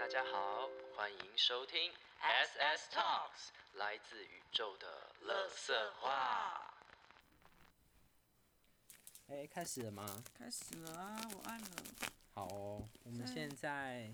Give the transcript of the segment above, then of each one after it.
家好，欢迎收听 SS Talks， 来自宇宙的垃圾话。开始了吗？ 开始了啊，我按了。 好哦，我们现在，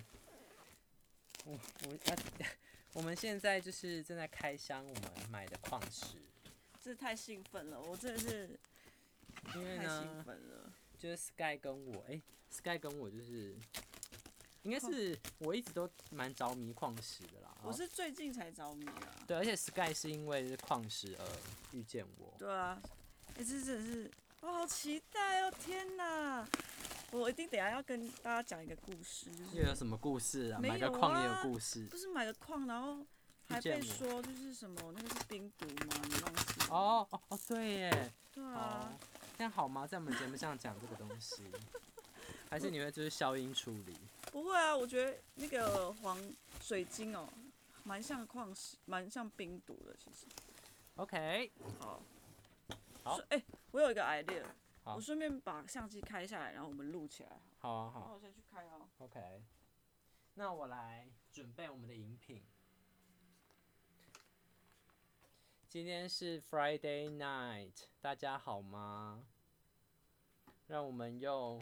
我们现在就是正在开箱我们买的矿石。 这太兴奋了，我真的是因为太兴呢， 奋了。 就是 Sky 跟我，Sky 跟我就是，应该是我一直都蛮着迷矿石的啦。 我是最近才着迷啊。 对，而且 Sky 是因为是矿石而遇见我。 对啊，这真的是，我好期待哦！天哪，我一定等一下要跟大家讲一个故事，就是又有什么故事啊？ 没有啊， 买个矿也有故事。 不是买个矿，然后还被说就是什么那个是冰毒吗？你忘记了？ 哦，对耶。 对啊。 这样好吗？在我们节目上讲这个东西，还是你会就是消音处理？ 不会啊，我觉得那个黄水晶哦，蛮像矿石，蛮像冰毒的，其实。 OK。 好。 好。 我有一个 idea， 好， 我顺便把相机开下来，然后我们录起来。 好啊，好。 那我先去开哦。 OK。那我来准备我们的饮品。今天是 Friday night， 大家好吗？让我们用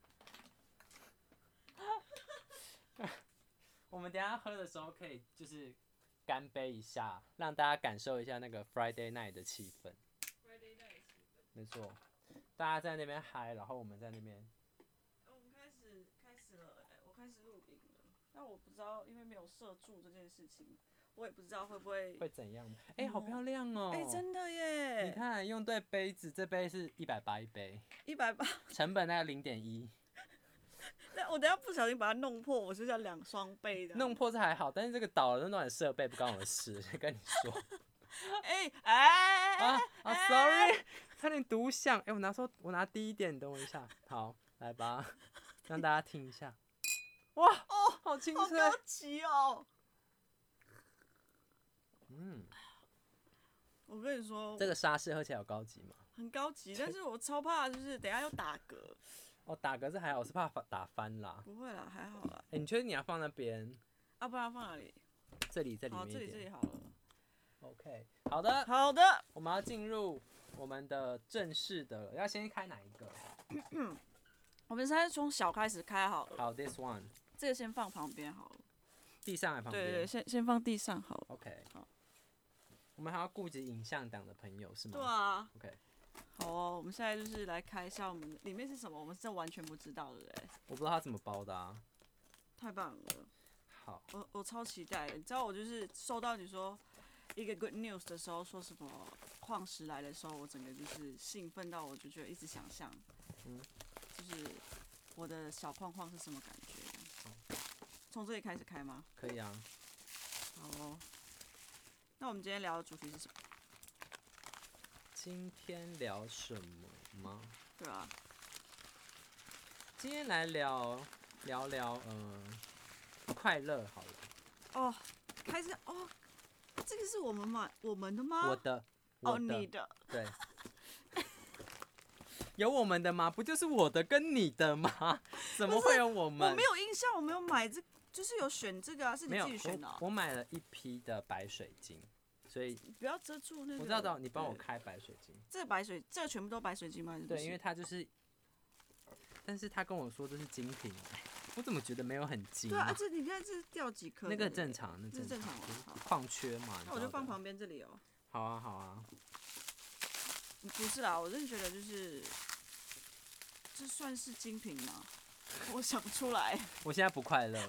我们等一下喝的时候可以就是干杯一下，让大家感受一下那个 Friday night 的气氛。 Friday night 的气氛。 没错，大家在那边嗨，然后我们在那边。 我们开始了，我开始录影了。但我不知道，因为没有摄住这件事情，我也不知道会不会怎样。好漂亮哦。 真的耶。 你看，用对杯子，这杯是180一杯。 180。 成本大概0.1。 那我等一下不小心把它弄破，我是要2双倍的。弄破是还好，但是这个倒了那种设备不关我的事，跟你说。sorry， 差点读响。我拿低一点，等我一下。好，来吧，让大家听一下。哇，好清脆， 好高级哦。我跟你说， 这个沙士喝起来有高级吗？ 很高级，但是我超怕就是等一下又打嗝。 打嗝是还好，我是怕打翻啦。 不会啦，还好啦。 你确定你要放那边？ 不然放哪里？ 这里好， 面一点。 这里好了。 OK， 好的。 好的。 我们要进入我们的正式的，要先开哪一个？ 我们现在从小开始开好了。 好 ，this one。 这个先放旁边好了。 地上还旁边？ 对，先放地上好了。 OK。 好。 我们还要顾及影像档的朋友是吗？ 对啊。 OK。 好哦，我们现在就是来开一下我们里面是什么，我们是完全不知道的嘞。 我不知道它怎么包的啊。 太棒了。 好。 我超期待的，你知道我就是收到你说一个 good news 的时候，说什么矿石来的时候，我整个就是兴奋到我就觉得一直想象，就是我的小矿矿是什么感觉。从这里开始开吗？ 可以啊。 好哦。那我们今天聊的主题是什么？ 今天聊什么吗？ 对啊。 今天来聊快乐好了。 开始哦，这个是我们的吗？ 我的。 你的。 对。有我们的吗？不就是我的跟你的吗？怎么会有我们？ 我没有印象，我没有买这，就是有选这个啊，是你自己选的哦。 我买了一批的白水晶，所以不要遮住那个。 我知道，你帮我开白水晶。 这个全部都白水晶吗？ 对，因为它就是，但是他跟我说这是精品，我怎么觉得没有很精？ 对啊，你看这掉几颗？ 那个正常，那是正常矿缺嘛。 那我就放旁边这里哦。 好啊，好啊。 不是啦，我真的觉得就是，这算是精品吗？我想不出来。 我现在不快乐。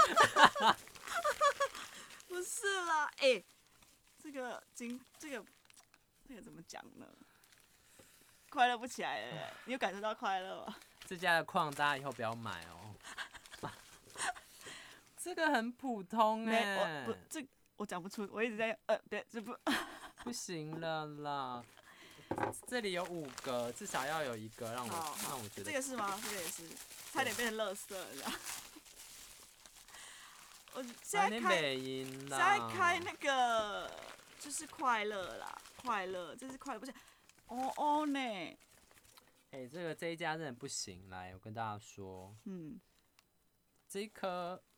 不是啦，这个怎么讲呢？快乐不起来了，你有感受到快乐吗？ 这家的矿大家以后不要买哦。这个很普通我讲不出，我一直在这不行了啦。这里有5个，至少要有1个让我觉得。 这个是吗？这个也是，差点变成垃圾了。我现在开那个就是快乐啦，快乐，这是快乐，不是呢。 这一家真的不行，来，我跟大家说，这一颗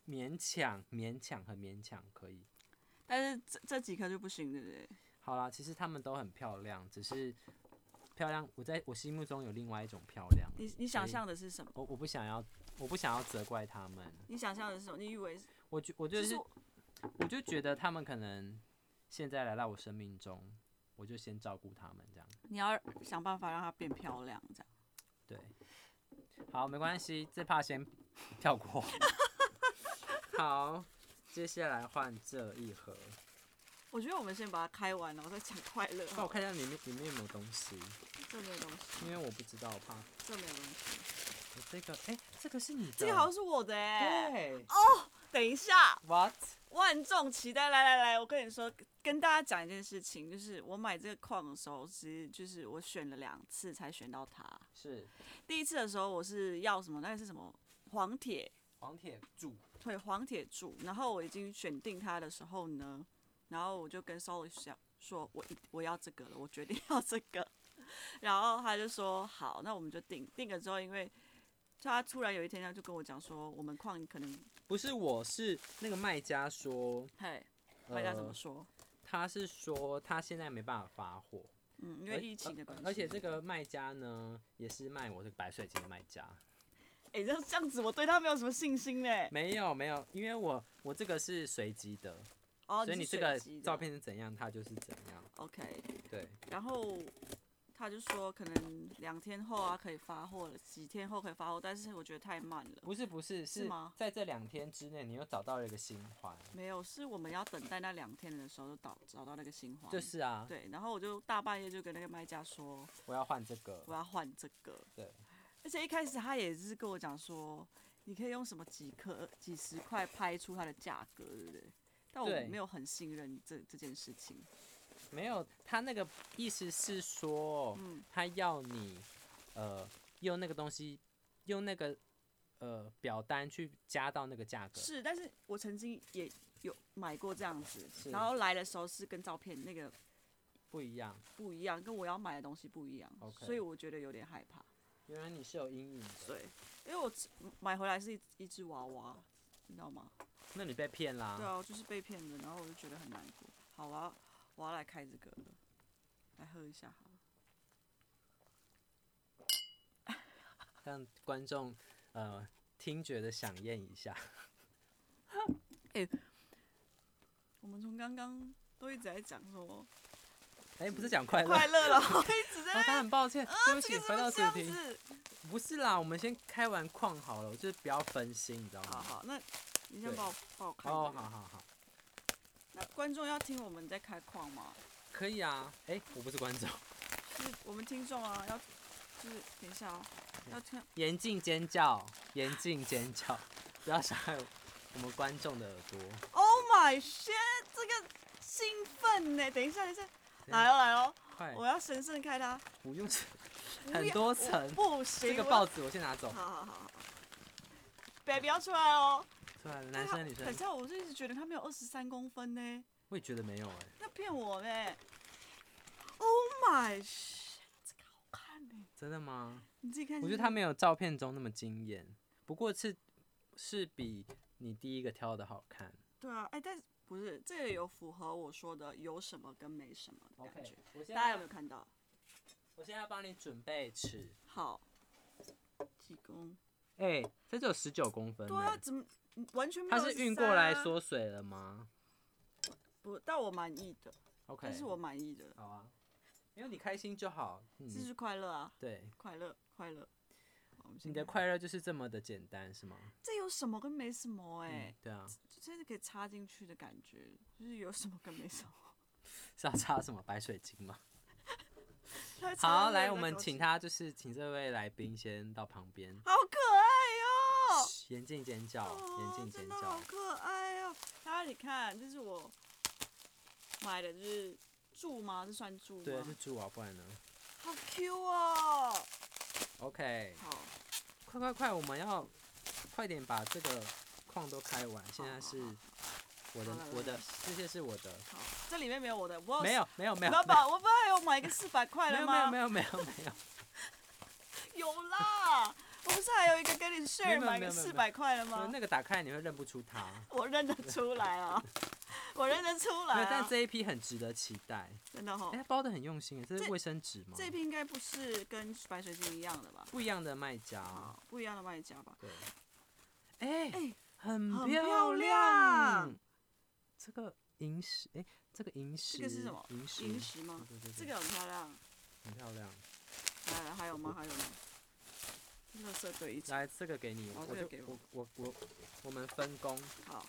勉强和勉强可以。 但是这几颗就不行，对不对？ 好啦，其实他们都很漂亮，只是漂亮，我在我心目中有另外一种漂亮。 你想象的是什么？ 我不想要责怪他们。 你想象的是什么？你以为？ 我就觉得他们可能现在来到我生命中，我就先照顾他们这样。 你要想办法让它变漂亮，这样。 对，好，没关系，这趴先跳过。好，接下来换这一盒。 我觉得我们先把它开完，然后再讲快乐。 那我看一下里面有没有东西。 这没有东西。 因为我不知道，我怕。 这没有东西。 这个，这个是你的。 这个好像是我的哎。 对。 哦，等一下。 What？ 万众期待，来，我跟你说，跟大家讲一件事情，就是我买这个矿的时候，其实就是我选了2次才选到它。 是。 第一次的时候我是要什么？那个是什么？黄铁柱。 对，黄铁柱。然后我已经选定它的时候呢，然后我就跟 Solly 说，我要这个了，我决定要这个。然后他就说好，那我们就定了之后，因为他突然有一天他就跟我讲说，我们矿可能不是我是那个卖家说， 嘿，卖家怎么说？ 他是说他现在没办法发货， 因为疫情的关系。 而且这个卖家呢，也是卖我这个白水晶的卖家。 这样子我对他没有什么信心嘞。 没有，因为我这个是随机的，所以你这个照片是怎样，它就是怎样。 OK。 对。 然后他就说可能2天后啊可以发货了，几天后可以发货，但是我觉得太慢了。 不是，是吗？在这2天之内，你又找到了一个新欢。 没有，是我们要等待那2天的时候就找到那个新欢。 就是啊。 对，然后我就大半夜就跟那个卖家说， 我要换这个。 对。而且一开始他也是跟我讲说，你可以用什么几十块拍出它的价格，对不对？但我没有很信任这件事情。 没有，他那个意思是说，他要你用那个东西，用那个表单去加到那个价格。 是，但是我曾经也有买过这样子，然后来的时候是跟照片那个不一样， 跟我要买的东西不一样， okay. 所以我觉得有点害怕。 原来你是有阴影的。 对，因为我买回来是一只娃娃，你知道吗？ 那你被骗啦。 对啊，我就是被骗的，然后我就觉得很难过。好啊，我要来开这个了，来喝一下好了。 让观众听觉的响应一下。 我们从刚刚都一直在讲说， 不是讲快乐了，我一直在。 他很抱歉，对不起，回到主题。 子不是啦，我们先开完矿好了，就是不要分心，你知道吗？ 好，那你先帮我开。 哦，好。 那观众要听我们在开矿吗？ 可以啊，我不是观众， 是我们听众啊，就是等一下哦，要听。 严禁尖叫，不要伤害我们观众的耳朵。 Oh my shit， 这个兴奋呢！等一下，来哦，我要神圣开它。 不用，很多层， 不行。 这个报纸我先拿走。 好。Baby 要出来哦。 出来了，男生女生。 可是我是一直觉得他没有23公分呢。 我也觉得没有那骗我呢 ？Oh my shit， 这个好看呢。真的吗？ 你自己看。 我觉得他没有照片中那么惊艳，不过是比你第一个挑的好看。 对啊，但是不是这个有符合我说的有什么跟没什么的感觉？ Okay， 大家有没有看到？ 我现在要帮你准备尺。 好。几公？ 这只有19公分。 对啊，怎么完全没有？ 它是运过来缩水了吗？ 不，但我满意的。 OK， 这是我满意的。 好啊，因为你开心就好。 这是快乐啊。 对， 快乐。 你的快乐就是这么的简单，是吗？ 这有什么跟没什么对啊， 这是可以插进去的感觉，就是有什么跟没什么。 是要插什么白水晶吗？好，来，我们请这位来宾先到旁边。 好可爱哦！ 严禁尖叫，严禁尖叫。 好可爱哦！大家你看，这是我买的，就是柱吗？这算柱吗？ 对，是柱啊，不然呢？ 好 Q 哦 ！OK。 好， 快，我们要快点把这个矿都开完。现在是我的，这些是我的。 好，这里面没有我的， 没有。我本来有买一个400块的吗？ 没有。 有啦， 我不是还有一个跟你 share 买个400块了吗？ 那个打开你会认不出它。 我认得出来啊，我认得出来啊。 但这一批很值得期待， 真的哈。 它包的很用心，这是卫生纸吗？ 这一批应该不是跟白水晶一样的吧？ 不一样的卖家， 不一样的卖家吧？ 对。很漂亮。 这个萤石，这个萤石， 这个是什么？ 萤石吗？ 对， 这个很漂亮。 很漂亮。 还有吗？垃圾堆一起。 来，这个给你， 这个给我们分工。 好。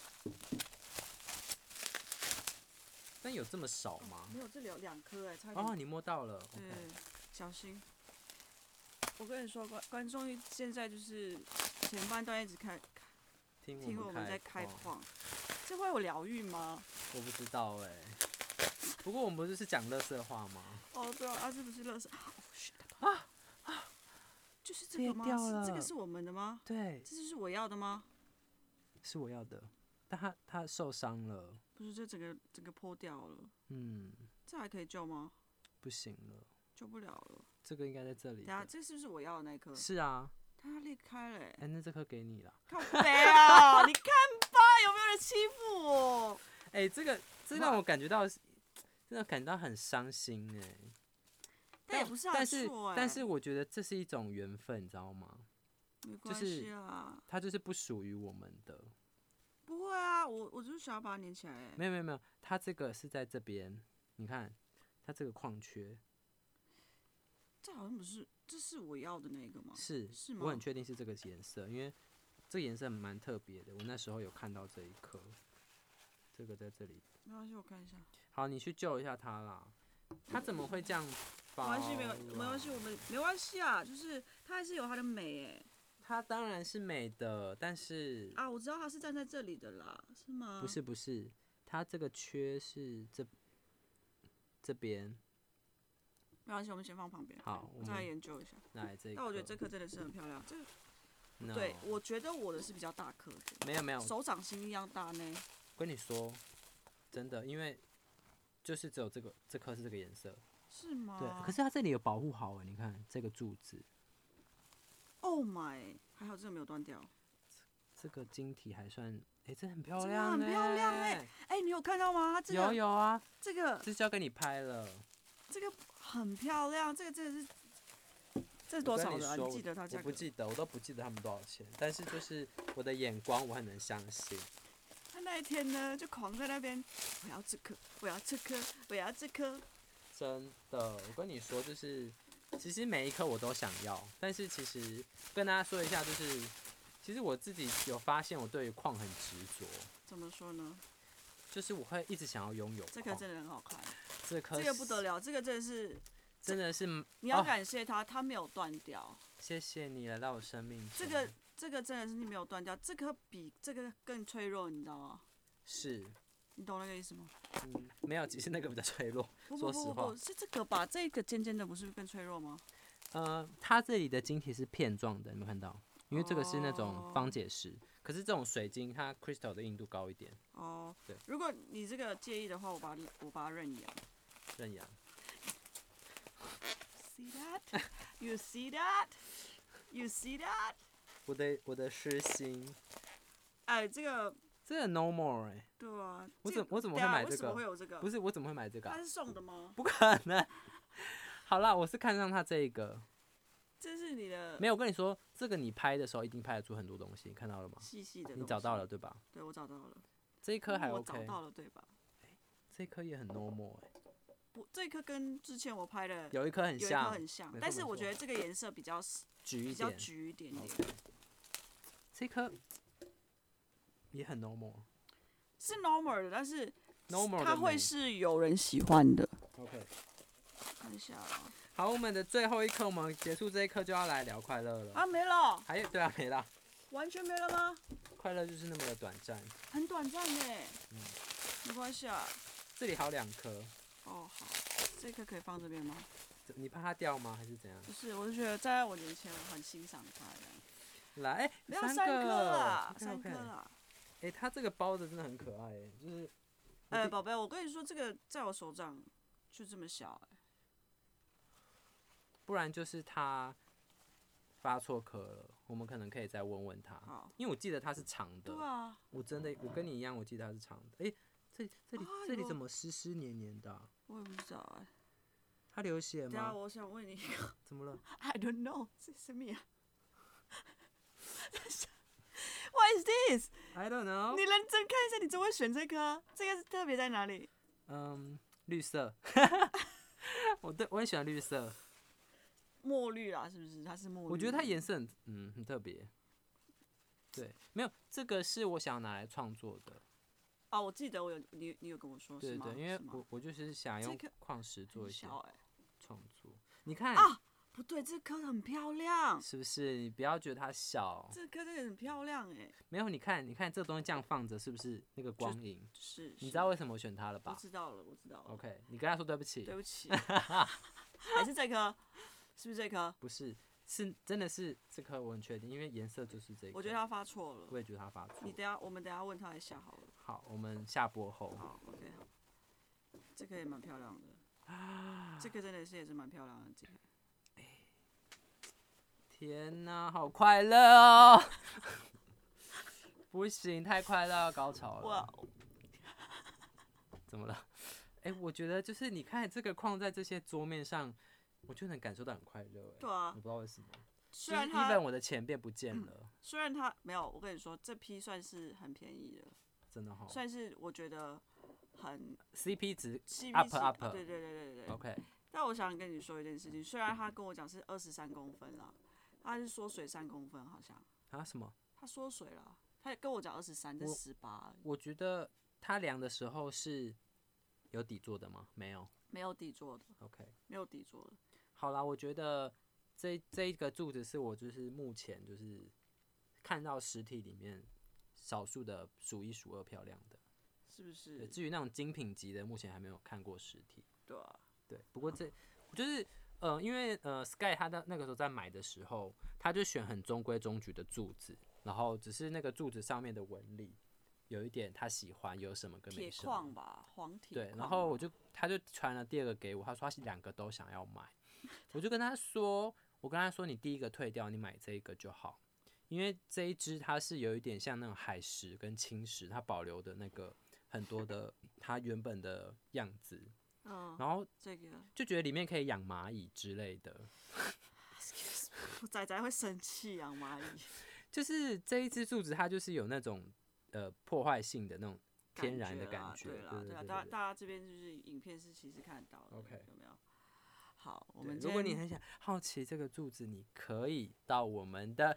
但有这么少吗？ 没有，这里有2颗差点。 你摸到了。 对，小心。我跟你说，观众现在就是前半段一直听我们在开矿，这会有疗愈吗？ 我不知道不过我们不是讲垃圾话吗？ 对啊，这不是垃圾。就是这个吗？这个是我们的吗？ 对。 这就是我要的吗？ 是我要的，但他受伤了。 不是，这整个破掉了。这还可以救吗？ 不行了， 救不了了。 这个应该在这里。 等下，这是不是我要的那一颗？ 是啊。 它裂开了。 那这颗给你了。 靠北啊！你看吧，有没有人欺负我？ 这让我感觉到，真的感到很伤心但也不是他的错但是我觉得这是一种缘分，你知道吗？ 没关系啊。 它就是不属于我们的。 不会啊，我就是想要把它粘起来。 没有，它这个是在这边，你看，它这个矿缺。 这好像不是，这是我要的那个吗？ 是吗？我很确定是这个颜色，因为这个颜色蛮特别的。我那时候有看到这一颗，这个在这里。 没关系，我看一下。 好，你去救一下它啦。它怎么会这样包？ 没关系，我们没关系啊，就是它还是有它的美它当然是美的，但是我知道它是站在这里的啦，是吗？ 不是，它这个缺是这边。 没关系，我们先放旁边。 好， 我再来研究一下。 来这一颗。 但我觉得这颗真的是很漂亮。对，我觉得我的是比较大颗的。 没有， 手掌心一样大呢。 我跟你说，真的，因为就是只有这颗是这个颜色。 是吗？ 对，可是它这里有保护好你看这个柱子。 Oh my， 还好这个没有断掉。 这个晶体还算，这很漂亮， 很漂亮你有看到吗？它这个有啊， 这就要给你拍了。 这个很漂亮，这个真的是，这是多少的？你记得它价格？ 我不记得，我都不记得他们多少钱。但是就是我的眼光，我很能相信。 他那一天呢，就狂在那边，我要这颗，我要这颗，我要这颗。 真的，我跟你说，就是其实每一颗我都想要，但是其实跟大家说一下，就是其实我自己有发现，我对于矿很执着。 怎么说呢？ 就是我会一直想要拥有。 这颗真的很好看。 这个不得了，这个真的是，你要感谢它，它没有断掉。 谢谢你来到我生命中。 这个真的是没有断掉，这颗比这个更脆弱，你知道吗？ 是。 你懂那个意思吗？ 没有，其实那个比较脆弱。说实话， 是这个吧？这个尖尖的不是更脆弱吗？ 它这里的晶体是片状的，你有没有看到？因为这个是那种方解石，可是这种水晶它 crystal 的硬度高一点。对。 如果你这个介意的话，我把它认养。 认养。 See that? You see that? You see that? 我的诗心。 这个 no more 对啊。 我怎么会买这个？ 为什么会有这个？ 不是，我怎么会买这个？ 它是送的吗？ 不可能。好啦，我是看上它这一个。 这是你的。 没有，我跟你说，这个你拍的时候一定拍得出很多东西，你看到了吗？ 细细的。 你找到了对吧？ 对，我找到了。 这一颗还 OK。 我找到了对吧？ 这一颗也很 normal 不，这一颗跟之前我拍的有一颗很像， 但是我觉得这个颜色比较橘一点点。 这颗也很 normal。 是 normal 的，但是 normal 它会是有人喜欢的。 OK。 看一下好，我们的最后一颗，我们结束这一颗就要来聊快乐了。 没了。 还有，对啊，没了。 完全没了吗？ 快乐就是那么的短暂。 很短暂没关系啊。 这里还有2颗。 好，这颗可以放这边吗？ 你怕它掉吗？还是怎样？ 不是，我就觉得站在我眼前，我很欣赏它的。 来， 没有3颗啦，3颗啦。 它这个包的真的很可爱就是。 宝贝，我跟你说，这个在我手掌就这么小不然就是它发错颗了， 我们可能可以再问问他好， 因为我记得它是长的。 对啊， 我跟你一样，我记得它是长的。这里怎么湿湿黏黏的、啊？ 我也不知道它流血等下吗？ 我想问你一个怎么了 ，I don't know， 这是什么呀？What is this？ ？I don't know。 你认真看一下，你怎么会选这颗？这个是特别在哪里？ 绿色。我很喜欢绿色。 墨绿啦，是不是？它是墨绿。 我觉得它颜色很特别。对，没有这个是我想要拿来创作的。 啊，我记得你有跟我说， 对对，因为我就是想用这个矿石做一些小创作。你看啊，不对，这颗很漂亮， 是不是？你不要觉得它小， 这颗真的很漂亮哎。 没有，你看这个东西这样放着，是不是那个光影？ 是， 你知道为什么我选它了吧？ 我知道了，我知道了。 OK， 你跟他说对不起。 对不起，还是这颗？是不是这颗？ 不是，是真的是这颗，我很确定，因为颜色就是这个。 我觉得他发错了。 我也觉得他发错。 我们等一下问他一下好了。 好，我们下播后。 好 ，OK， 好。这个也蛮漂亮的。这个真的也是蛮漂亮的。这个。 天哪，好快乐哦！不行，太快乐，高潮了。怎么了？我觉得就是你看这个框在这些桌面上，我就能感受到很快乐。 对啊。 我不知道为什么。 虽然它 ，even 我的钱变不见了。 虽然它没有，我跟你说，这批算是很便宜的。 真的好。 算是我觉得很 CP 值 up。对。 OK。 但我想跟你说一件事情，虽然他跟我讲是23公分啦，他是缩水3公分好像。 啊什么？ 他缩水了，他跟我讲23，这是18。 我觉得他量的时候是有底座的吗？没有。 没有底座的。 OK。 没有底座的。 好啦，我觉得这一个柱子是我就是目前就是看到实体里面少数的数一数二漂亮的。 是不是？ 对，至于那种精品级的，目前还没有看过实体。 对啊。 对，不过就是因为Sky 他的那个时候在买的时候，他就选很中规中矩的柱子，然后只是那个柱子上面的纹理有一点他喜欢，有什么跟没什么。 铁矿吧，黄铁。 对，然后他就传了第2个给我，他说他2个都想要买，我就跟他说，你第1个退掉，你买这一个就好，因为这一支它是有一点像那种海蚀跟青石，它保留的那个很多的它原本的样子。然后这个就觉得里面可以养蚂蚁之类的。 仔仔会生气养蚂蚁。 就是这一支柱子，它就是有那种破坏性的那种天然的感觉。 对啦，大家这边就是影片是其实看得到的。 OK。 有没有？好，我们如果你很好奇这个柱子，你可以到我们的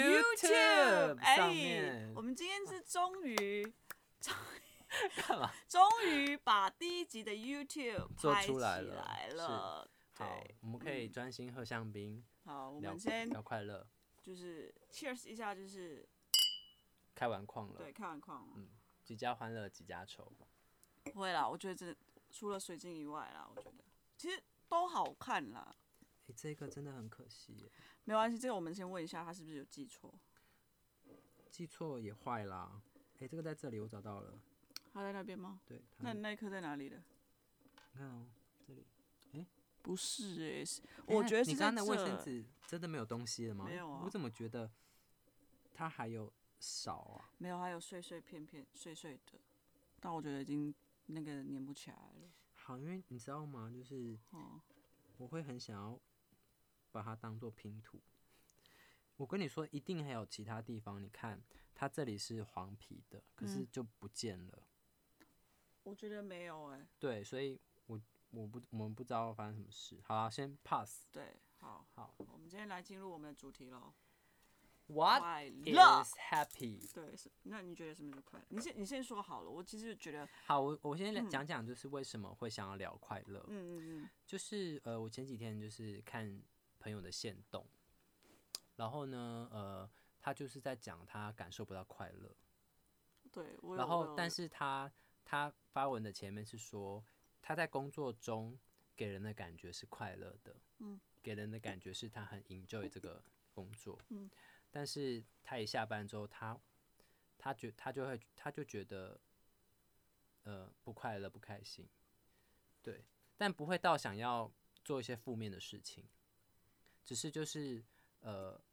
YouTube 上面。 我们今天是终于干嘛？ 终于把第1集的 YouTube 做拍起出来了。 好，我们可以专心喝香槟。 好，我们先聊快乐。 就是 cheers 一下，就是开完矿了。 对，开完矿了。 几家欢乐几家愁。 不会啦，我觉得这除了水晶以外啦，我觉得其实都好看啦。 这个真的很可惜耶。 没关系，这个我们先问一下他是不是有记错。 记错也坏啦。这个在这里我找到了。 他在那边吗？ 对。 那你那一颗在哪里的？ 你看哦，这里。 不是我觉得是你刚刚的卫生纸真的没有东西了吗？ 没有啊。 我怎么觉得它还有少啊？ 没有，还有碎片碎的，但我觉得已经那个粘不起来了。 好，因为你知道吗？就是我会很想要把它当做拼图。我跟你说，一定还有其他地方。你看，它这里是黄皮的，可是就不见了。 我觉得没有对，所以我们不知道发生什么事。好啦，先 pass。 对，好，我们今天来进入我们的主题咯。 What 快 is happy？ 对，那你觉得什么是快乐？你先说好了。我其实觉得， 好，我先讲讲，就是为什么会想要聊快乐。就是我前几天就是看朋友的限动，然后呢，他就是在讲他感受不到快乐。 对， 然后但是他发文的前面是说，他在工作中给人的感觉是快乐的，给人的感觉是他很 enjoy 这个工作，但是他一下班之后，他就觉得不快乐不开心，对，但不会到想要做一些负面的事情，只是就是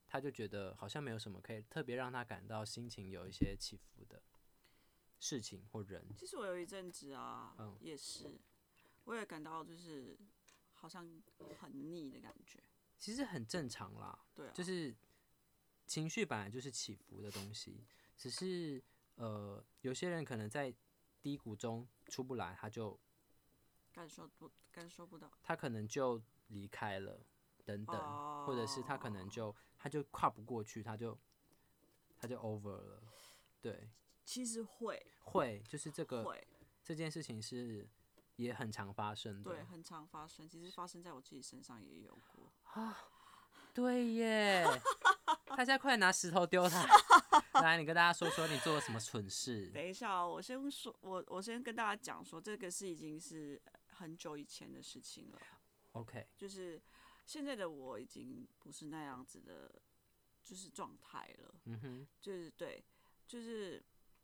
他就觉得好像没有什么可以特别让他感到心情有一些起伏的事情或人。 其实我有一阵子啊，也是，我也感到就是好像很腻的感觉。 其实很正常啦， 对啊， 就是情绪本来就是起伏的东西，只是有些人可能在低谷中出不来，他就感受不到， 他可能就离开了，等等，或者是他可能他就跨不过去，他就 over 了，对。 其实会，就是会这件事情是也很常发生的， 对，很常发生。其实发生在我自己身上也有过啊。对耶，大家快拿石头丢他！来，你跟大家说说你做了什么蠢事。 等一下哦，我先跟大家讲说，这个已经是很久以前的事情了。 OK， 就是现在的我已经不是那样子的，就是状态了。 嗯哼， 就是对，就是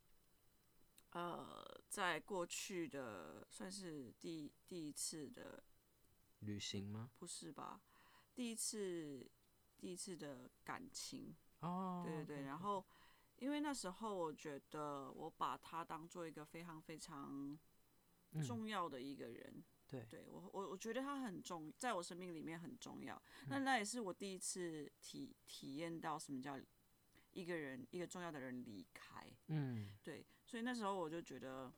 在过去的算是第一次的旅行吗？ 不是吧？第一次的感情， 哦， 对对对。然后，因为那时候我觉得我把他当做一个非常非常重要的一个人，对我觉得他在我生命里面很重要。那也是我第一次体验到什么叫一个重要的人离开，对，所以那时候我就觉得，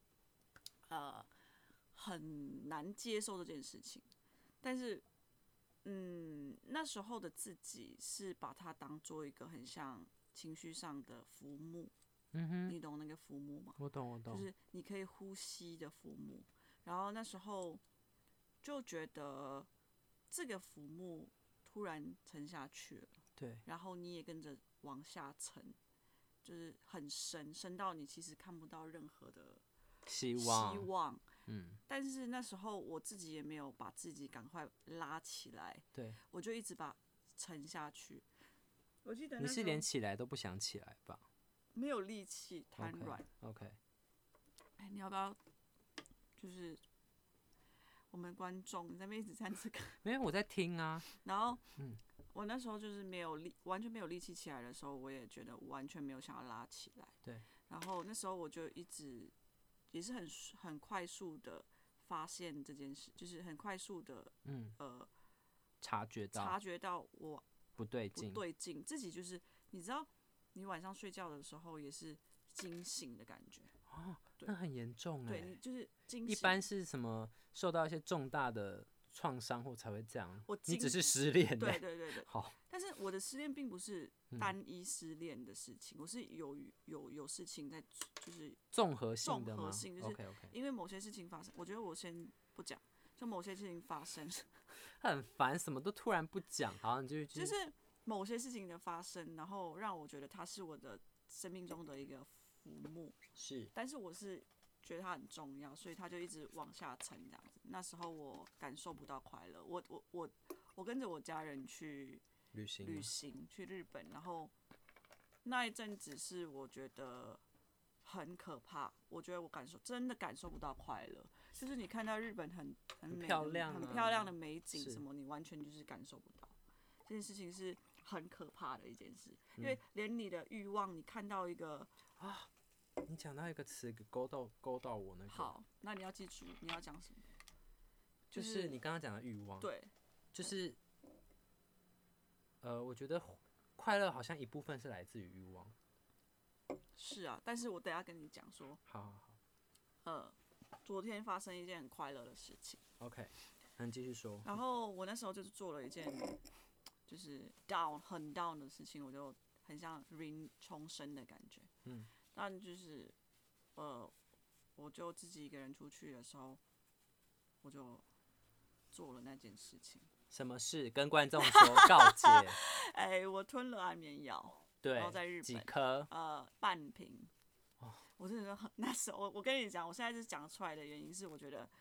很难接受这件事情。但是，那时候的自己是把它当做一个很像情绪上的浮木，你懂那个浮木吗？ 我懂， 就是你可以呼吸的浮木。然后那时候就觉得这个浮木突然沉下去了， 对， 然后你也跟着往下沉，就是很深到你其实看不到任何的希望， 但是那时候我自己也没有把自己赶快拉起来， 对， 我就一直把沉下去。我记得你是连起来都不想起来吧？ 没有力气，瘫软。 OK， 哎，你要不要就是我们观众你在那边一直站这个？ 没有，我在听啊。 然后，我那时候就是完全没有力气起来的时候，我也觉得完全没有想要拉起来。 对。 然后那时候我就一直也是很快速的发现这件事，就是很快速的察觉到我不对劲， 自己就是你知道，你晚上睡觉的时候也是惊醒的感觉。 哦，那很严重哎。 对，你就是惊醒。 一般是什么受到一些重大的创伤后才会这样？你只是失恋。 对对。 好。 但是我的失恋并不是单一失恋的事情，我是有事情在，就是综合性的吗？ 就是因为某些事情发生，我觉得我先不讲，就某些事情发生， 很烦，什么都突然不讲，好，你就是某些事情的发生，然后让我觉得它是我的生命中的一个浮木， 是， 但是我是觉得它很重要，所以它就一直往下沉这样子。那时候我感受不到快乐，我跟着我家人去旅行去日本，然后那一阵子是我觉得很可怕，我觉得我真的感受不到快乐，就是你看到日本很美漂亮、 很漂亮的美景什么，你完全就是感受不到。这件事情是很可怕的一件事，因为连你的欲望，你看到一个你讲到一个词勾到我那个。 好，那你要记住你要讲什么， 就是你刚刚讲的欲望。 对， 就是我觉得快乐好像一部分是来自于欲望。 是啊，但是我等一下跟你讲说。 好。 昨天发生一件很快乐的事情。 OK， 那你继续说。 然后我那时候就是做了一件就是很 down 的事情，我就很像 Rin 重生的感觉。但就是我就自己一个人出去的时候，我就做了那件事情。 什么事？跟观众说告解。 我吞了安眠药。 对。 然后在日本几颗？ 半瓶。我真的那时候，我跟你讲，我现在是讲出来的原因是，我觉得，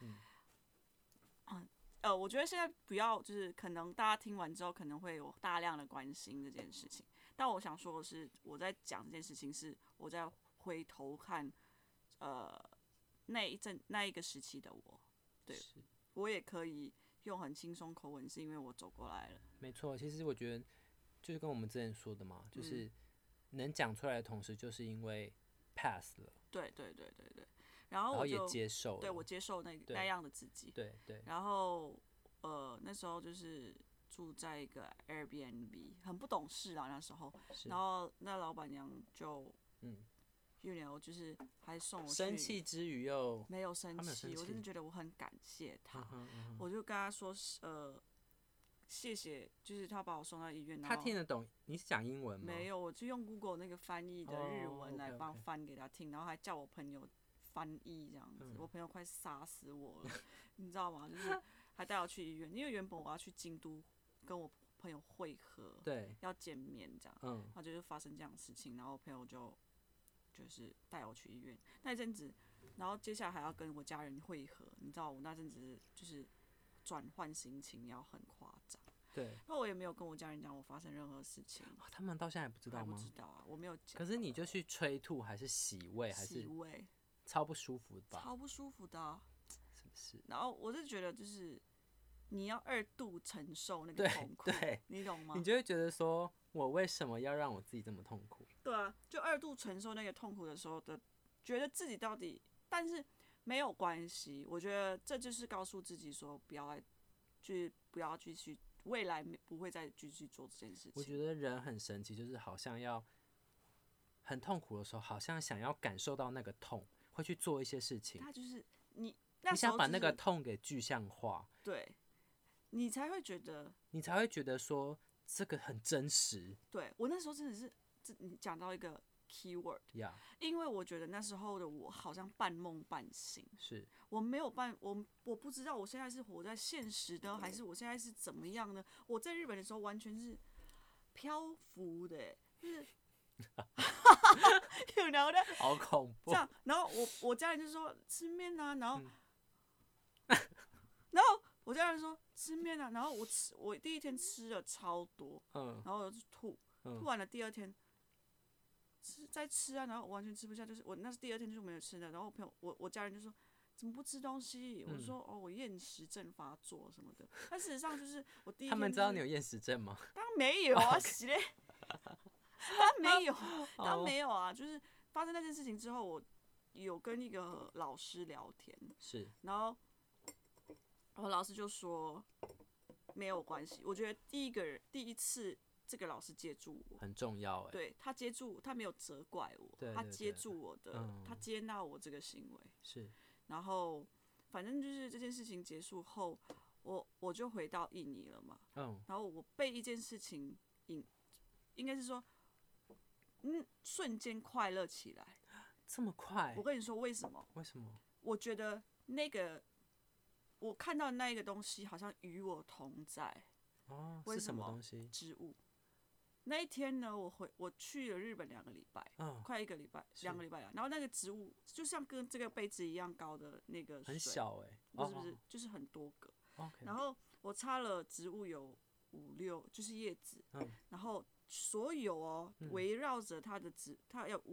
我觉得现在不要，就是可能大家听完之后可能会有大量的关心这件事情，但我想说的是，我在讲这件事情是我在回头看，那一个时期的我，对，我也可以用很轻松口吻，是因为我走过来了。 没错，其实我觉得就是跟我们之前说的嘛，就是能讲出来的同时，就是因为 pass 了。 对，然后我就也接受了， 对我接受那样的自己。 对。 然后那时候就是住在一个 Airbnb， 很不懂事啊那时候。然后那老板娘就就是还送我去。 生气之余又没有生气，我真的觉得我很感谢他。我就跟他说谢谢，就是他把我送到医院。 他听得懂？你是讲英文吗？ 没有，我就用 Google 那个翻译的日文来翻给他听，然后还叫我朋友翻译这样子。我朋友快杀死我了，你知道吗？就是还带我去医院，因为原本我要去京都跟我朋友会合， 对， 要见面这样。然后就是发生这样的事情，然后我朋友就是带我去医院那一阵子，然后接下来还要跟我家人会合，你知道我那阵子就是转换心情要很夸张。 对， 那我也没有跟我家人讲我发生任何事情。 他们到现在还不知道吗？ 还不知道啊，我没有讲。 可是你就去催吐还是洗胃还是？ 洗胃。 超不舒服吧？ 超不舒服的啊。 是不是？ 然后我是觉得就是你要2度承受那个痛苦，你懂吗？ 你就会觉得说我为什么要让我自己这么痛苦？ 对啊，就2度承受那个痛苦的时候的，觉得自己到底，但是没有关系。我觉得这就是告诉自己说，不要继续，未来不会再继续做这件事情。 我觉得人很神奇，就是好像要很痛苦的时候，好像想要感受到那个痛，会去做一些事情。 他就是你想把那个痛给具象化， 对，你才会觉得说这个很真实。 对，我那时候真的是，你讲到一个 keyword， 因为我觉得那时候的我好像半梦半醒， 是我没有我不知道我现在是活在现实的，还是我现在是怎么样呢？我在日本的时候完全是漂浮的，就是有聊的， 好恐怖。 这样，然后我家人就说吃面啊，然后然后我家人说吃面啊，然后我第一天吃了超多，然后我就吐完了，第二天再吃啊，然后完全吃不下，就是我那是第二天就没有吃的，然后我家人就说怎么不吃东西？我说我厌食症发作什么的，但事实上就是我第一天、他们知道你有厌食症吗？ 当然没有啊，洗嘞，当然没有啊，就是发生那件事情之后，我有跟一个老师聊天， 是， 然后我老师就说没有关系，我觉得第一次这个老师接住我很重要， 对，他接住，他没有责怪我，他接住我的，他接纳我这个行为， 是， 然后反正就是这件事情结束后，我就回到印尼了嘛，然后我被一件事情应该是说，瞬间快乐起来， 这么快？ 我跟你说为什么？ 为什么？ 我觉得我看到那个东西好像与我同在。 是什么东西？ 植物。那一天呢，我去了日本2个礼拜，快1个礼拜，2个礼拜了。然后那个植物就像跟这个杯子一样高的那个水， 很小不是，就是很多个。然后我插了植物有5、6，就是叶子，然后所有围绕着它的它有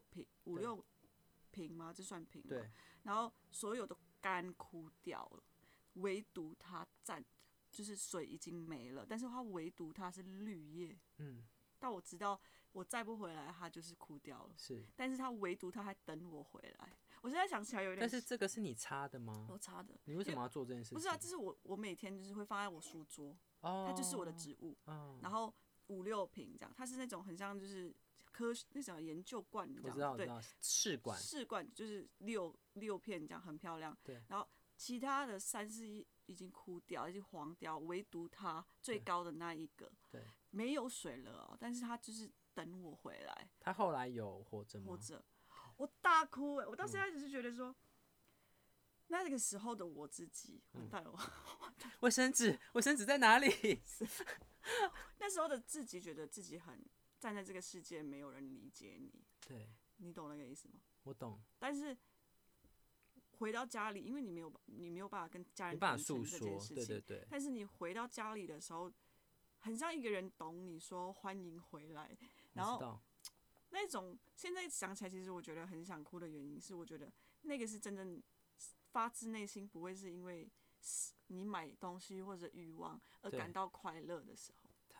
5、6瓶吗？这算瓶吗？ 对。 然后所有都干枯掉了，唯独它就是水已经没了，但是它唯独它是绿叶。但我知道我再不回来，它就是枯掉了。 是。 但是它唯独它还等我回来。我现在想起来有点。 但是这个是你插的吗？ 我插的。 你为什么要做这件事情？ 不是啊，这是我每天就是会放在我书桌，它就是我的植物。然后5、6瓶这样，它是那种很像就是那种研究罐这样。 我知道，试管。 试管就是6片这样，很漂亮。 对。 然后其他的3、4已经枯掉，已经黄掉，唯独它最高的那一个， 对， 没有水了但是它就是等我回来。 它后来有活着吗？ 活着，我大哭我到现在只是觉得说，那个时候的我自己完蛋了， 卫生纸在哪里？ 那时候的自己觉得自己很站在这个世界，没有人理解你。 对， 你懂那个意思吗？ 我懂。 但是回到家里，因为你没有办法跟家人谈成这件事情， 对。 但是你回到家里的时候，很像一个人懂你说欢迎回来，然后那种现在想起来，其实我觉得很想哭的原因是，我觉得那个是真正发自内心，不会是因为你买东西或者欲望而感到快乐的时候。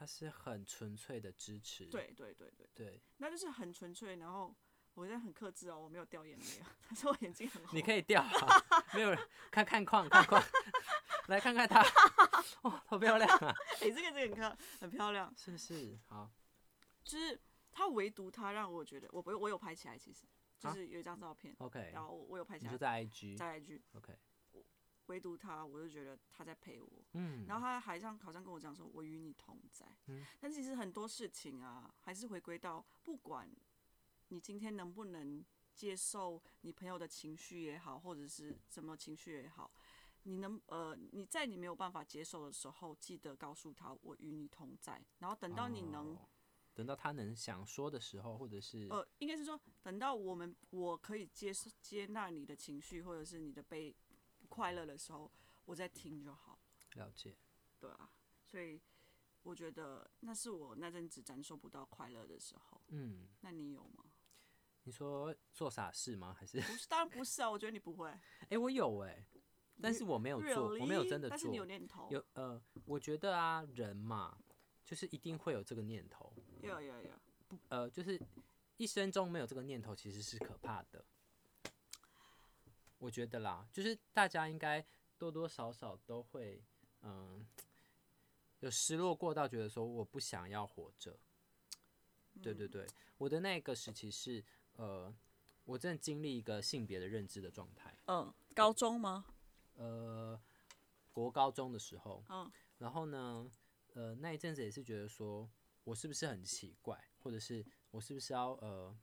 他是很纯粹的支持。 对，那就是很纯粹。然后我现在很克制哦，我没有掉眼泪啊，但是我眼睛很红。 你可以掉啊，没有人看框，来看看他，哇，好漂亮啊！ 这个很漂亮， 是不是？好， 就是他唯独他让我觉得，我有拍起来，其实就是有一张照片 ，OK， 然后我有拍起来， 你就在 IG， 在 IG， 唯独他，我就觉得他在陪我，然后他好像跟我讲说，我与你同在，但其实很多事情啊，还是回归到，不管你今天能不能接受你朋友的情绪也好，或者是什么情绪也好，你在你没有办法接受的时候，记得告诉他我与你同在，然后等到你能。 等到他能想说的时候，或者是应该是说，等到我可以接纳你的情绪，或者是你的不快乐的时候，我再听就好。 了解。 对啊，所以我觉得那是我那阵子感受不到快乐的时候。那你有吗？ 你说做傻事吗？还是？ 不是，当然不是啊，我觉得你不会。 我有但是我没有做，我没有真的做。 但是你有念头。 我觉得啊，人嘛，就是一定会有这个念头。 有。 就是一生中没有这个念头，其实是可怕的。我觉得啦，就是大家应该多多少少都会，有失落过到觉得说我不想要活着。对，我的那个时期是，我正经历一个性别的认知的状态。 高中吗？ 国高中的时候。然后呢，那一阵子也是觉得说，我是不是很奇怪，或者是我是不是要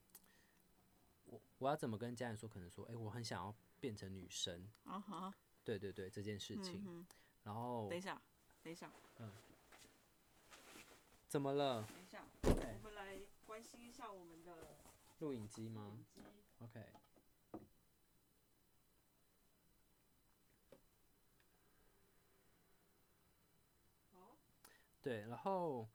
我要怎么跟家人说？可能说，我很想要变成女生。对这件事情。然后等一下。 怎么了？ 等一下，我们来关心一下我们的录影机吗 ？OK。对，然后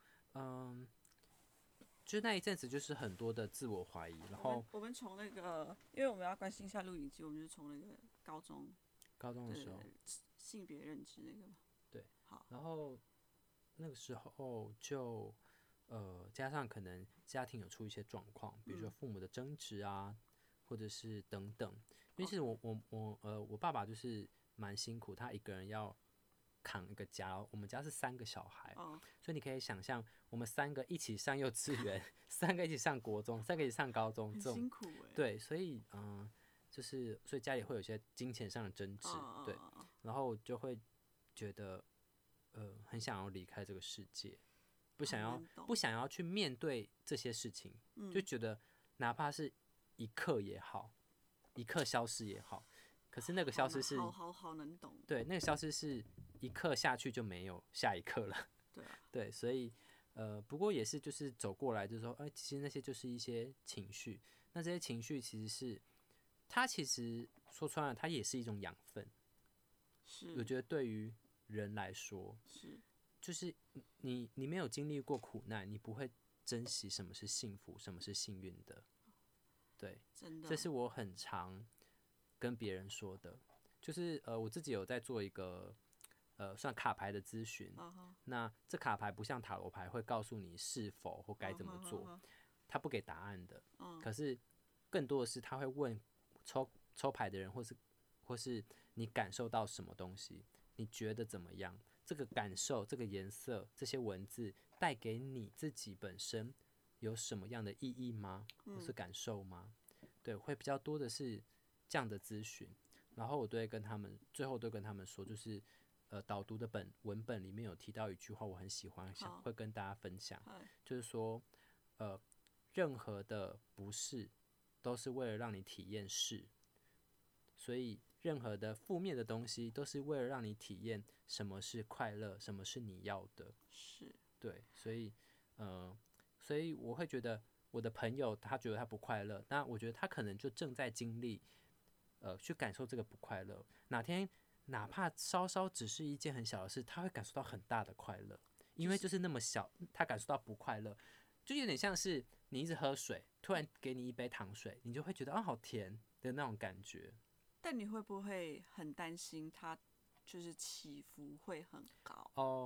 就那一阵子就是很多的自我怀疑，然后我们从那个，因为我们要关心一下录影机，我们就从那个高中的时候性别认知那个嘛。 对，好，然后那个时候就加上可能家庭有出一些状况，比如说父母的争执啊，或者是等等。因为其实我爸爸就是蛮辛苦，他一个人要扛一个家，我们家是3个小孩，所以你可以想象，我们3个一起上幼稚园，3个一起上国中，3个一起上高中， 很辛苦对，所以所以家里会有一些金钱上的争执，对，然后就会觉得很想要离开这个世界，不想要去面对这些事情，就觉得哪怕是一刻也好，一刻消失也好。可是那个消失是好能懂。 对，那个消失是一刻下去就没有下一刻了。对，所以不过也是就是走过来，就是说，其实那些就是一些情绪。那这些情绪其实是，它其实说穿了，它也是一种养分。我觉得对于人来说，就是你没有经历过苦难，你不会珍惜什么是幸福，什么是幸运的。对， 真的， 这是我很常跟别人说的，就是我自己有在做一个算卡牌的咨询。那这卡牌不像塔罗牌会告诉你是否或该怎么做，他不给答案的。可是更多的是他会问抽牌的人，或是你感受到什么东西，你觉得怎么样？这个感受、这个颜色、这些文字带给你自己本身有什么样的意义吗？或是感受吗？对，会比较多的是这样的咨询。然后我都会跟他们，最后都跟他们说，就是导读的文本里面有提到一句话，我很喜欢，会跟大家分享，就是说，任何的不是都是为了让你体验是，所以任何的负面的东西都是为了让你体验什么是快乐，什么是你要的。对，所以我会觉得我的朋友他觉得他不快乐，那我觉得他可能就正在经历，去感受这个不快乐。哪怕稍稍只是一件很小的事，他会感受到很大的快乐，因为就是那么小，他感受到不快乐，就有点像是你一直喝水，突然给你一杯糖水，你就会觉得好甜的那种感觉。 但你会不会很担心他就是起伏会很高？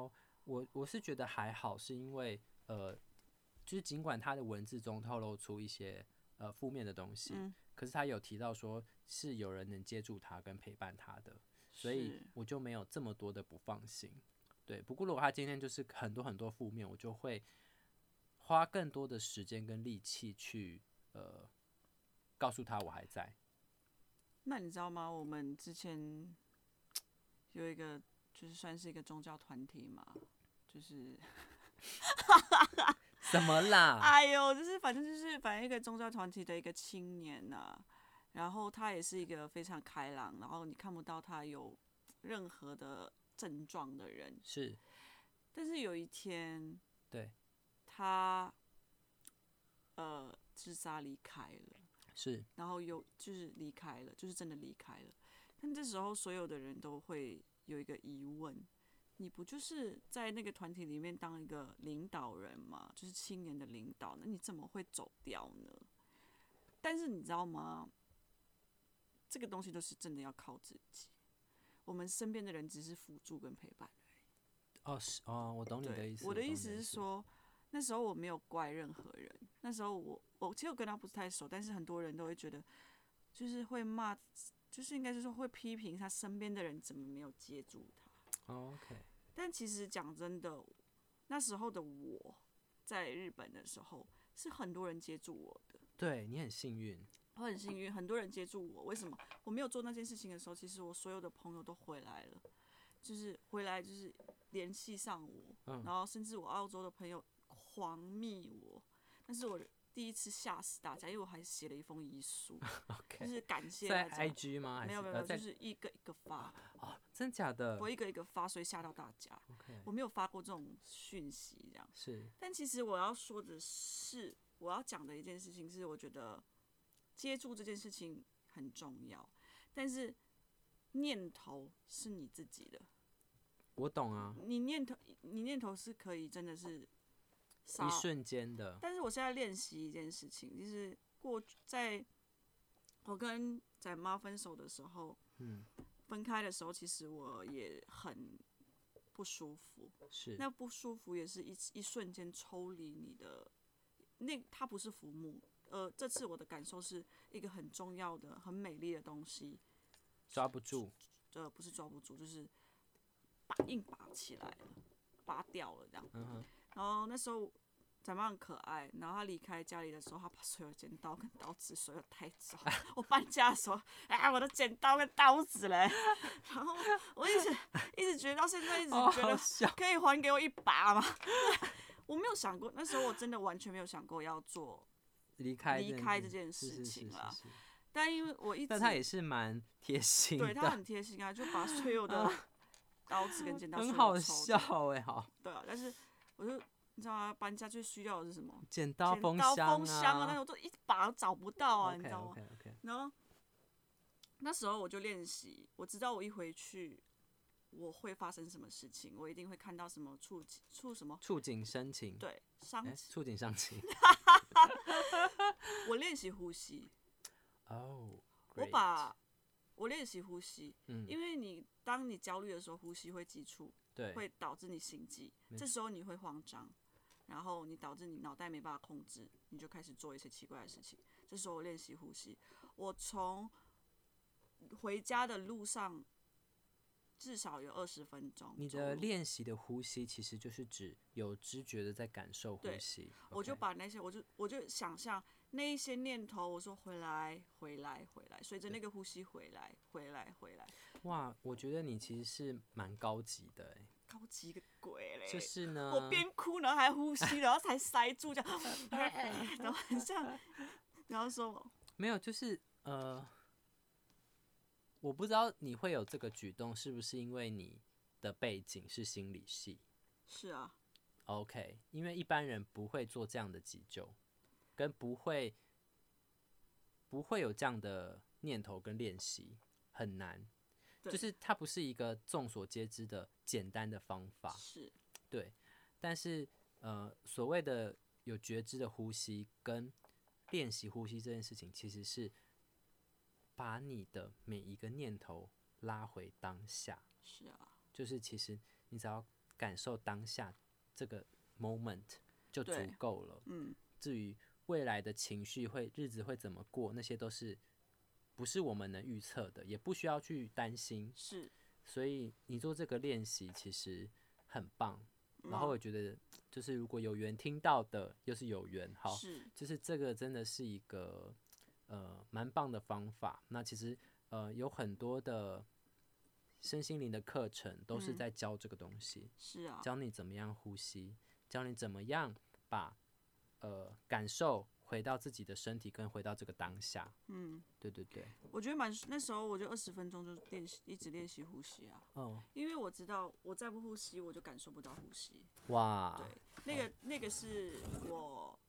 我是觉得还好，是因为就是尽管他的文字中透露出一些负面的东西，可是他有提到说是有人能接住他跟陪伴他的，所以我就没有这么多的不放心。对，不过如果他今天就是很多很多负面，我就会花更多的时间跟力气去告诉他我还在。 那你知道吗？我们之前有一个就是算是一个宗教团体嘛，就是什么啦？ 哎呦，就是反正一个宗教团体的一个青年呐、然后他也是一个非常开朗，然后你看不到他有任何的症状的人。 是， 但是有一天， 对， 他自杀离开了， 是， 然后就是离开了，就是真的离开了。但这时候所有的人都会有一个疑问：你不就是在那个团体里面当一个领导人吗？就是青年的领导，那你怎么会走掉呢？但是你知道吗？这个东西都是真的要靠自己，我们身边的人只是辅助跟陪伴而已。 哦，是哦，我懂你的意思。 我的意思是说，那时候我没有怪任何人。那时候我其实我跟他不是太熟，但是很多人都会觉得，就是会骂，就是应该是说会批评他身边的人怎么没有接住他。 OK。 但其实讲真的，那时候的我在日本的时候，是很多人接住我的。 对，你很幸运。 我很幸运，很多人接住我。为什么？我没有做那件事情的时候，其实我所有的朋友都回来了，就是回来就是联系上我，然后甚至我澳洲的朋友狂密我，但是我第一次吓死大家，因为我还写了一封遗书 ，OK， 就是感谢在大家。 IG 吗？ 没有，就是一个一个发。 哦，真假的？ 我一个一个发，所以吓到大家。 OK， 我没有发过这种讯息，这样。 是。 但其实我要说的是，我要讲的一件事情是，我觉得接住这件事情很重要，但是念头是你自己的。 我懂啊。 你念头是可以真的是一瞬间的。 但是我现在练习一件事情，就是在我跟仔妈分手的时候，分开的时候，其实我也很不舒服。 是。 那不舒服也是一瞬间抽离你的，它不是浮木。这次我的感受是一个很重要的、很美丽的东西， 抓不住。 不是抓不住，就是硬拔起来了，拔掉了这样。然后那时候仔妈很可爱，然后他离开家里的时候，他把所有剪刀跟刀子所有带走。我搬家的时候，我的剪刀跟刀子嘞，然后我一直觉得到现在，一直觉得可以还给我一把吗？我没有想过，那时候我真的完全没有想过要做离开这件事情了。但因为我一直， 但他也是蛮贴心的， 对他很贴心啊，就把所有的刀子跟剪刀很好笑哎，好。 对啊，但是我就你知道吗？搬家最需要的是什么？ 剪刀封箱啊， 那种都一把都找不到啊， okay, 你知道吗？ okay. 然后那时候我就练习，我知道我一回去我会发生什么事情，我一定会看到什么触景生情，对，触景伤情。我练习呼吸。我练习呼吸，因为当你焦虑的时候，呼吸会急促，会导致你心悸，这时候你会慌张，然后你导致你脑袋没办法控制，你就开始做一些奇怪的事情。这时候我练习呼吸，我从回家的路上至少有20分钟。 你的练习的呼吸其实就是指有知觉的在感受呼吸。 我就把那些，我就想象那一些念头，我说回来，随着那个呼吸回来。 哇，我觉得你其实是蛮高级的哎。 高级个鬼嘞！ 就是呢， 我边哭然后还呼吸，然后才塞住这样，然后很像，然后说没有，就是我不知道你会有这个举动，是不是因为你的背景是心理系？ 是啊。 OK， 因为一般人不会做这样的急救，跟不会有这样的念头跟练习，很难。就是它不是一个众所皆知的简单的方法。 是。 对，但是所谓的有觉知的呼吸跟练习呼吸这件事情，其实是把你的每一个念头拉回当下。 是啊。 就是其实你只要感受当下这个 moment 就足够了。至于未来的情绪日子会怎么过，那些都是不是我们能预测的，也不需要去担心。 是， 所以你做这个练习其实很棒。然后我觉得，就是如果有缘听到的，又是有缘，好，就是这个真的是一个蛮棒的方法。那其实有很多的身心灵的课程都是在教这个东西， 是啊， 教你怎么样呼吸，教你怎么样把感受回到自己的身体，跟回到这个当下。对对对。 我觉得那时候我就20分钟就一直练习呼吸啊。因为我知道我再不呼吸，我就感受不到呼吸。 哇。 对，那个是我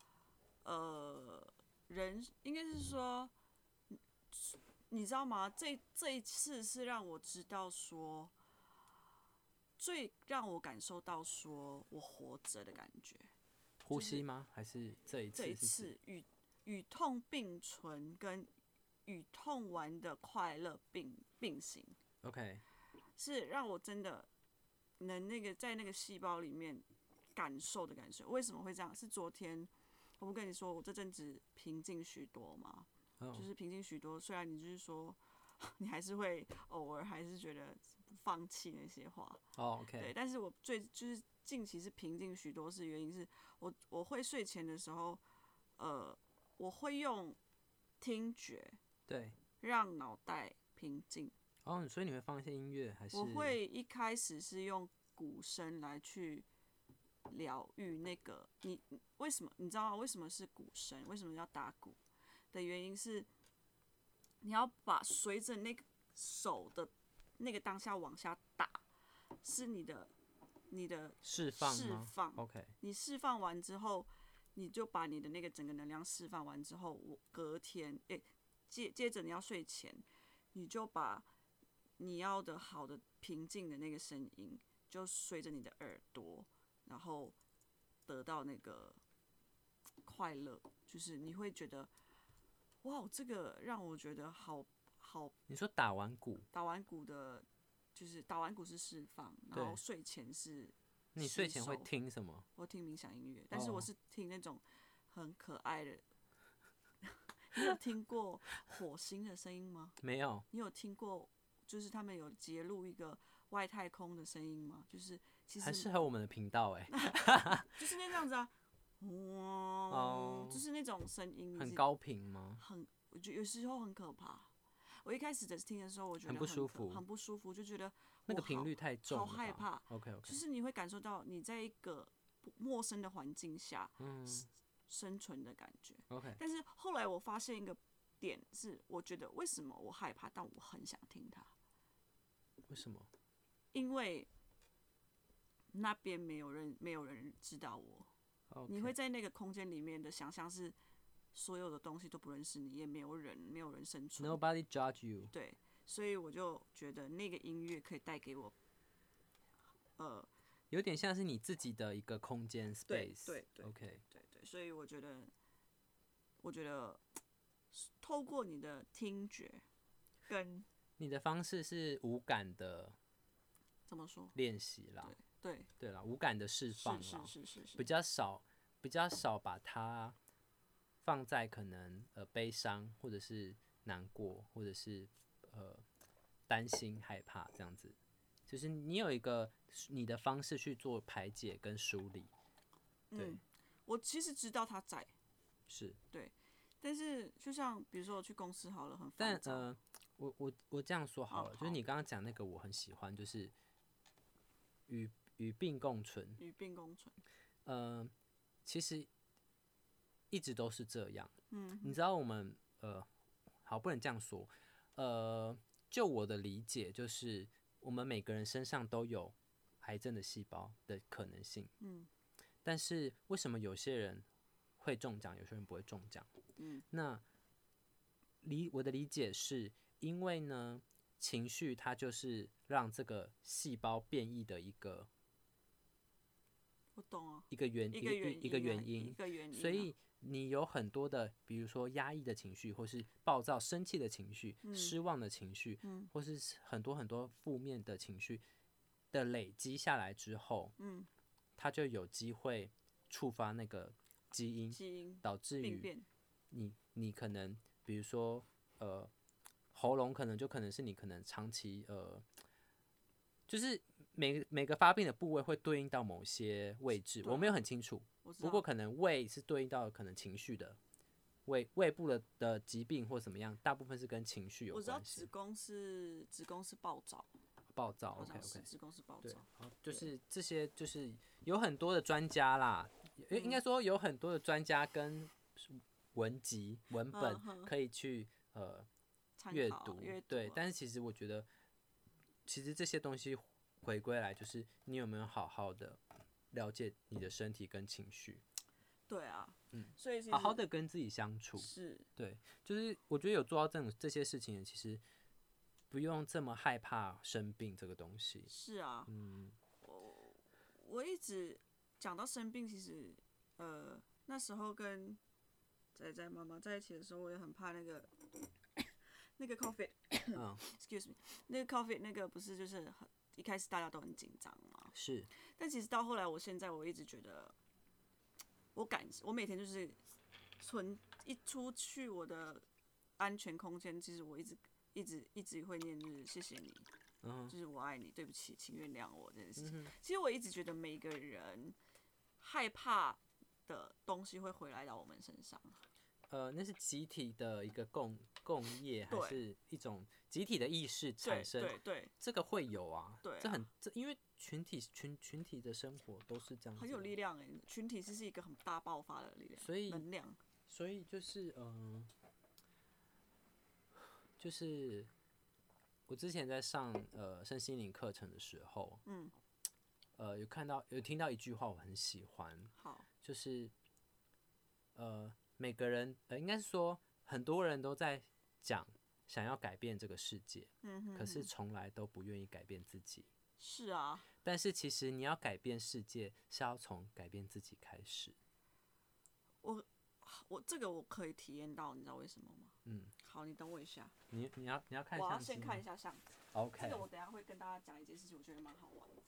人应该是说，你知道吗？这一次是让我知道说，最让我感受到说我活着的感觉。 呼吸吗？还是这一次？ 这一次与痛并存，跟与痛完的快乐并行。 OK， 是让我真的能在那个细胞里面感受的感受。为什么会这样？是昨天我不跟你说，我这阵子平静许多吗？就是平静许多。虽然你就是说，你还是会偶尔还是觉得放弃那些话。 OK。 对，但是我就是近期是平静许多，是原因是我会睡前的时候，我会用听觉， 对，让脑袋平静。 所以你会放一些音乐，还是？ 我会一开始是用鼓声来去疗愈那个你为什么？你知道吗？为什么是鼓声？为什么要打鼓？的原因是，你要把随着那个手的那个当下往下打，是你的释放。OK。 你释放完之后，你就把你的那个整个能量释放完之后，我隔天接着你要睡前，你就把你要的好的平静的那个声音，就随着你的耳朵，然后得到那个快乐，就是你会觉得，哇，这个让我觉得好。 你说打完鼓的，就是打完鼓是释放，然后睡前是。 你睡前会听什么？ 我听冥想音乐，但是我是听那种很可爱的。你有听过火星的声音吗？ 没有。 你有听过，就是他们有揭露一个外太空的声音吗？就是其实还适合我们的频道哎。 就是那样子啊，就是那种声音。 很高频吗？ 我觉得有时候很可怕。我一开始听的时候，我觉得很不舒服， 很不舒服，就觉得那个频率太重了， 好害怕。 OK， 就是你会感受到你在一个陌生的环境下，生存的感觉。 OK。 但是后来我发现一个点是，我觉得为什么我害怕，但我很想听它。 为什么？ 因为那边没有人知道我。你会在那个空间里面的想象是。所有的东西都不认识你，也没有人生存。 Nobody judge you。 对，所以我就觉得那个音乐可以带给我， 有点像是你自己的一个空间 space。 对 OK。 对，所以我觉得，透过你的听觉，跟你的方式是无感的， 怎么说？ 练习啦。对啦，无感的释放啦。 是。 比较少把它。放在可能悲伤，或者是难过，或者是担心、害怕这样子，就是你有一个你的方式去做排解跟梳理。对， 我其实知道他在， 是对，但是就像比如说我去公司好了，很烦躁。 但我这样说好了，就是你刚刚讲那个我很喜欢，就是与病共存。其实。一直都是这样。你知道我们好不能这样说。就我的理解，就是我们每个人身上都有癌症的细胞的可能性。但是为什么有些人会中奖，有些人不会中奖？那我的理解是因为呢，情绪它就是让这个细胞变异的一个。 我懂啊。 一个原因。所以。你有很多的，比如说压抑的情绪，或是暴躁、生气的情绪，失望的情绪，或是很多很多负面的情绪， 的累积下来之后，它就有机会触发那个基因，导致于你可能比如说喉咙可能是你可能长期就是每个发病的部位会对应到某些位置，我没有很清楚，不过可能胃是对应到可能情绪的。胃部的疾病或怎么样，大部分是跟情绪有关系。 我知道子宫是暴躁 ，OK， 子宫是暴躁。 就是这些，就是有很多的专家啦，应该说有很多的专家跟文本可以去阅读，对。但是其实我觉得，其实这些东西回归来就是你有没有好好的了解你的身体跟情绪。 对啊，所以好好的跟自己相处， 是， 对，就是我觉得有做到这些事情，其实不用这么害怕生病这个东西。 是啊，我一直讲到生病，其实那时候跟仔妈妈在一起的时候，我也很怕那个COVID，excuse me， 那个 COVID 那个不是就是一开始大家都很紧张嘛， 是， 但其实到后来，现在我一直觉得。我每天就是一出去我的安全空间，其实我一直会念就是谢谢你，就是我爱你，对不起，请原谅我这件事情。其实我一直觉得每个人害怕的东西会回来到我们身上。 那是集体的一个共业，还是一种集体的意识产生？ 对， 这个会有啊。 对啊， 因为群体的生活都是这样子， 很有力量群体是一个很大爆发的力量，能量。 所以就是就是我之前在上身心灵课程的时候，有听到一句话我很喜欢，就是每个人应该是说很多人都在讲想要改变这个世界，可是从来都不愿意改变自己。 是啊， 但是其实你要改变世界，是要从改变自己开始。 我这个我可以体验到，你知道为什么吗？好，你等我一下。 你要看相机吗？ 我要先看一下相机。 OK。 这个我等一下会跟大家讲一件事情，我觉得蛮好玩的。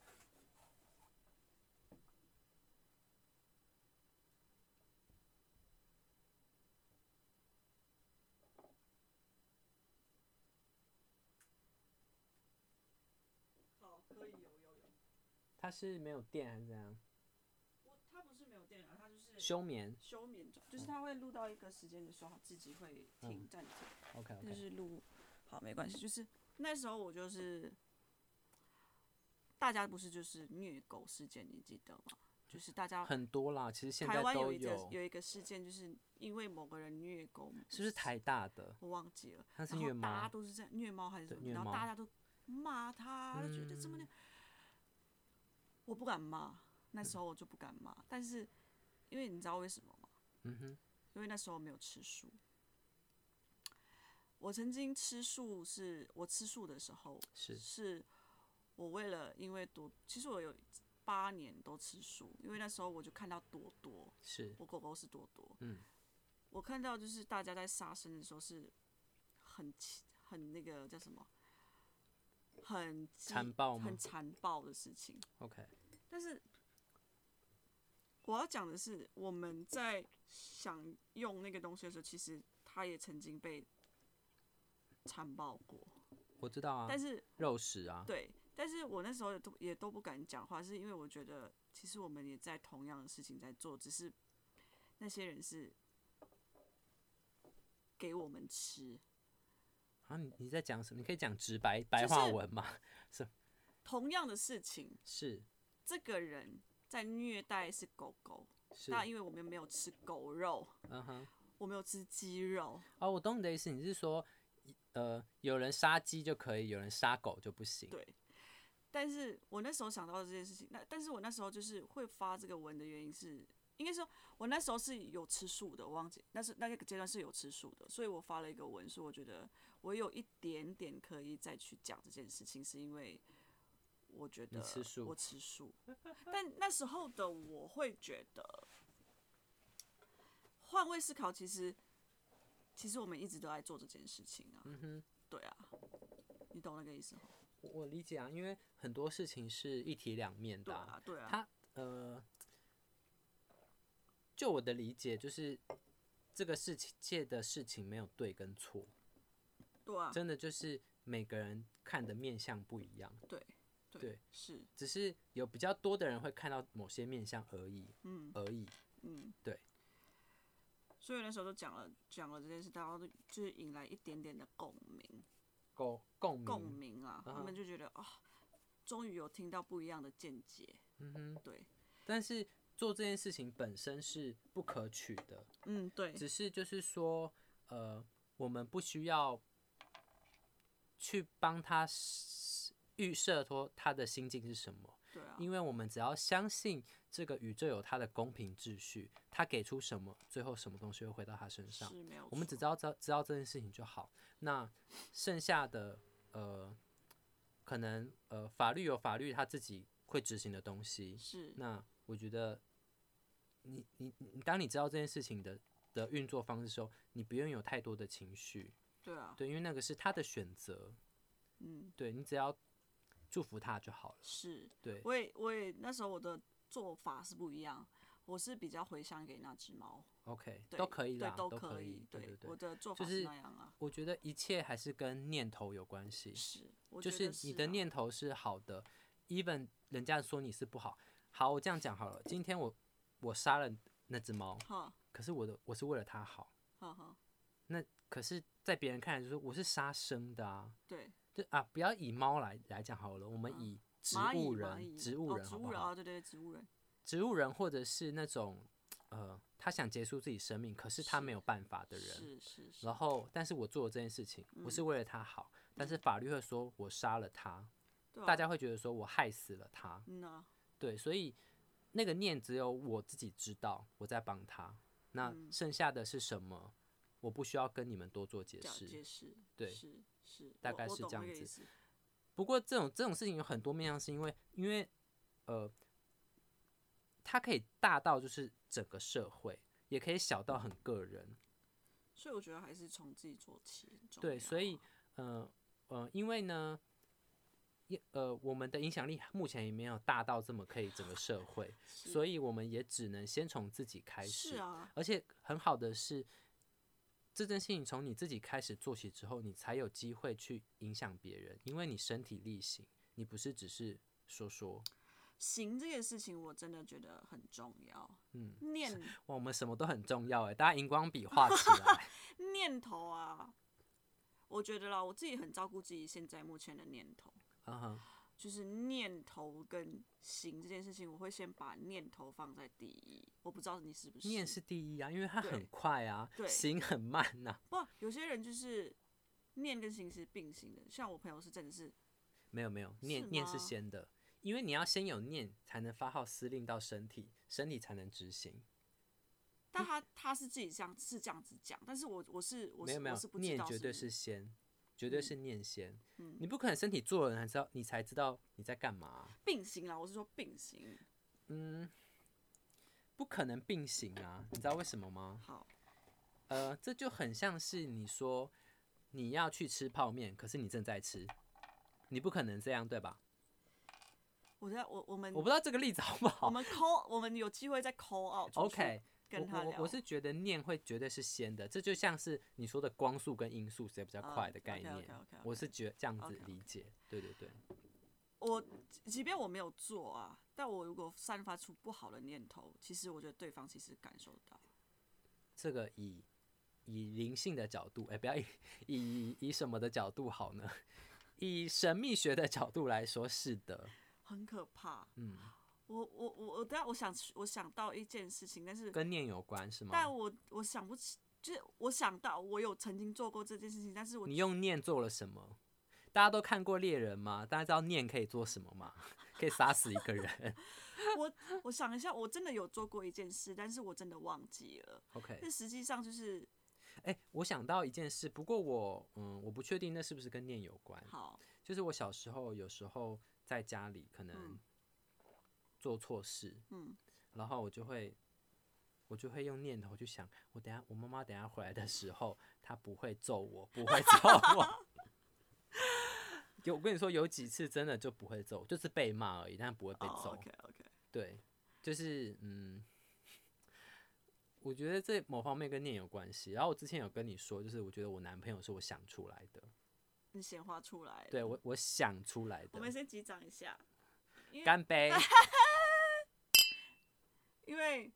好，可以有。 它是没有电还是怎样？ 它不是没有电啊，它就是休眠状，就是它会录到一个时间的时候，它自己会暂停。 OK， 就是录好没关系，就是那时候我就是大家不是就是虐狗事件，你记得吗？就是大家很多啦，其实现在台湾都有一个事件，就是因为某个人虐狗， 是不是台大的？ 我忘记了。 他是虐猫， 大家都是这样虐猫还是什么？然后大家都骂他，就觉得这么我不敢骂，那时候我就不敢骂。但是因为你知道为什么吗？因为那时候没有吃素。我曾经吃素，我吃素的时候是我为了其实我有8年都吃素，因为那时候我就看到多多，我狗狗是多多，我看到就是大家在杀生的时候是很那个叫什么，很残暴吗？ 很残暴的事情。 OK， 但是我要讲的是，我们在想用那个东西的时候，其实它也曾经被残暴过。 我知道啊， 但是肉食啊， 对。但是我那时候也都不敢讲话，是因为我觉得其实我们也在同样的事情在做，只是那些人是给我们吃。 啊，你在讲什么？你可以讲直白话文吗？ 是同样的事情， 是这个人在虐待是狗狗，那因为我们没有吃狗肉，我没有吃鸡肉。 哦，我懂你的意思，你是说有人杀鸡就可以，有人杀狗就不行？ 对。但是我那时候想到这件事情，但是我那时候就是会发这个文的原因是，应该说我那时候是有吃素的，我忘记，那个阶段是有吃素的，所以我发了一个文，说我觉得我有一点点可以再去讲这件事情，是因为我觉得我吃素，但那时候的我会觉得换位思考，其实我们一直都在做这件事情啊，对啊，你懂那个意思吗？ 我理解啊，因为很多事情是一体两面的、啊。 对啊。 它就我的理解，就是这个世界的事情没有对跟错。 对啊。 真的就是每个人看的面向不一样。 对，是。 只是有比较多的人会看到某些面向而已。对。 所以那时候都讲了这件事，大家都就是引来一点点的共鸣。共鸣啊，他们就觉得终于有听到不一样的见解。对。 但是做这件事情本身是不可取的。 对。 只是就是说，我们不需要去帮他预设说他的心境是什么。 对啊。 因为我们只要相信这个宇宙有它的公平秩序，他给出什么，最后什么东西会回到他身上。 是没有错。 我们只知道这件事情就好。那剩下的可能法律有法律他自己会执行的东西。 是。 那我觉得当你知道这件事情的运作方式的时候，你不用有太多的情绪。 对啊。 对，因为那个是他的选择。对，你只要祝福他就好了。 是。 对。 我也那时候我的做法是不一样，我是比较回向给那只猫。 OK， 都可以啦， 都可以。对， 对， 我的做法是那样啊。 我觉得一切还是跟念头有关系。 就是你的念头是好的 ，even 人家说你是不好。好，我这样讲好了。今天我杀了那只猫，可是我是为了它好。那可是，在别人看来就是我是杀生的啊。 对。 不要以猫来讲好了，我们以植物人好不好？ 对，植物人。 植物人或者是那种他想结束自己生命，可是他没有办法的人。 是。 然后，但是我做了这件事情，我是为了他好，但是法律会说我杀了他，大家会觉得说我害死了他。对，所以那个念只有我自己知道，我在帮他。那剩下的是什么？我不需要跟你们多做解释。对，大概是这样子。不过这种事情有很多面向，是因为它可以大到就是整个社会，也可以小到很个人。 所以我觉得还是从自己做起很重要。 对，所以因为呢，我们的影响力目前也没有大到这么可以整个社会，所以我们也只能先从自己开始。 是啊。 而且很好的是，这件事情从你自己开始做起之后，你才有机会去影响别人，因为你身体力行，你不是只是说。 行这件事情我真的觉得很重要。 我们什么都很重要哎，大家荧光笔画起来。 念头啊，我觉得啦，我自己很照顾自己现在目前的念头。就是念头跟行这件事情，我会先把念头放在第一。我不知道你是不是？ 念是第一啊，因为它很快啊，行很慢啊。 不，有些人就是念跟行是并行的，像我朋友是真的是。 没有，念是先的。因为你要先有念，才能发号施令到身体，身体才能执行。 但他是自己这样子讲，但是我是不知道念绝对是先，绝对是念先。你不可能身体做了你才知道你在干嘛。 并行啦，我是说并行。 不可能并行啊，你知道为什么吗？ 好。 这就很像是你说你要去吃泡面，可是你正在吃，你不可能这样，对吧？我不知道这个例子好不好。 我们有机会再 call out 出去跟他聊。 我是觉得念会绝对是先的，这就像是你说的光速跟音速谁比较快的概念。我是觉得这样子理解。对。 我即便我没有做啊，但我如果散发出不好的念头，其实我觉得对方其实感受到。 这个以灵性的角度，不要以什么的角度好呢？以神秘学的角度来说，是的。 很可怕。我想到一件事情，但是跟念有关是吗？ 但我想不起，就是我想到我有曾经做过这件事情，但是你用念做了什么？大家都看过猎人吗？大家知道念可以做什么吗？可以杀死一个人。 我想一下，我真的有做过一件事，但是我真的忘记了。 OK。 但实际上就是， 我想到一件事，不过我不确定那是不是跟念有关。 好。就是我小时候有时候在家里可能做错事，然后我就会用念头去想，我妈妈等一下回来的时候，她不会揍我，不会揍我。 我跟你说，有几次真的就不会揍，就是被骂而已，但不会被揍。 OK， 对，就是我觉得这某方面跟念有关系。然后我之前有跟你说，就是我觉得我男朋友是我想出来的。 你显化出来的。 对，我想出来的。 我们先击掌一下， 干杯！ 因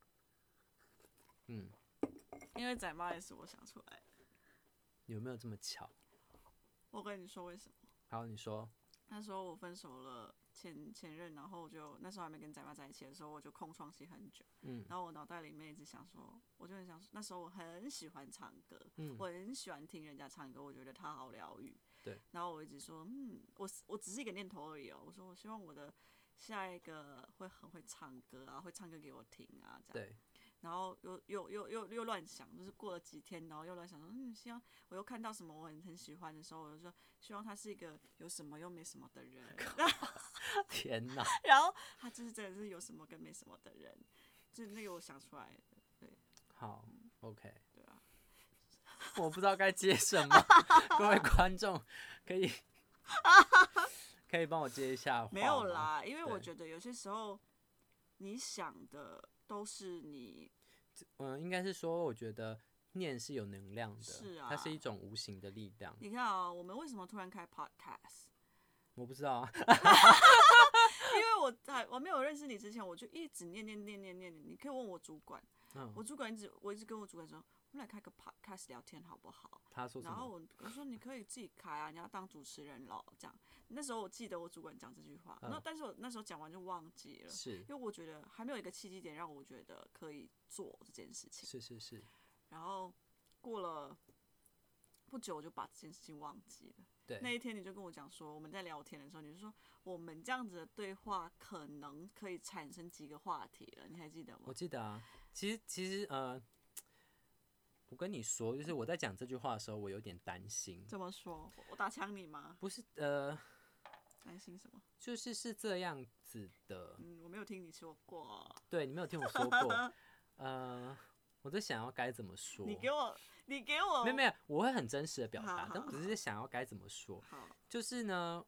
为仔妈也是我想出来的。 有没有这么巧？ 我跟你说为什么？ 好，你说。 那时候我分手了前任，然后我就那时候还没跟仔妈在一起的时候，我就空窗期很久。然后我脑袋里面一直想说，我就很想说，那时候我很喜欢唱歌，我很喜欢听人家唱歌，我觉得他好疗愈。 对。 然后我一直说，我只是一个念头而已哦。我说我希望我的下一个会很会唱歌啊，会唱歌给我听啊，这样。对。然后又乱想，就是过了几天，然后又乱想说，希望我又看到什么我很喜欢的时候，我就说希望他是一个有什么又没什么的人。 天哪！ 然后他就是真的是有什么跟没什么的人，就是那个我想出来的。对。 好 ，OK。 对啊。 我不知道该接什么，各位观众可以帮我接一下话吗？ 没有啦，因为我觉得有些时候你想的都是你。 应该是说，我觉得念是有能量的， 是啊， 它是一种无形的力量。 你看啊，我们为什么突然开 podcast？ 我不知道啊， 因为我没有认识你之前，我就一直念。你可以问我主管，我主管我一直跟我主管说，我们来开个 podcast 聊天好不好？ 他说什么？ 然后我说你可以自己开啊，你要当主持人咯，这样。那时候我记得我主管讲这句话，但是我那时候讲完就忘记了，因为我觉得还没有一个契机点让我觉得可以做这件事情。 是。 然后过了不久，我就把这件事情忘记了。 对。 那一天你就跟我讲说，我们在聊天的时候，你就说我们这样子的对话可能可以产生几个话题了，你还记得吗？ 我记得啊，其实我跟你说，就是我在讲这句话的时候，我有点担心。 怎么说？我打枪你吗？ 不是， 担心什么？ 是这样子的。 我没有听你说过。 对，你没有听我说过。我在想要该怎么说。 你给我。 没有，我会很真实的表达，但我只是想要该怎么说。就是呢，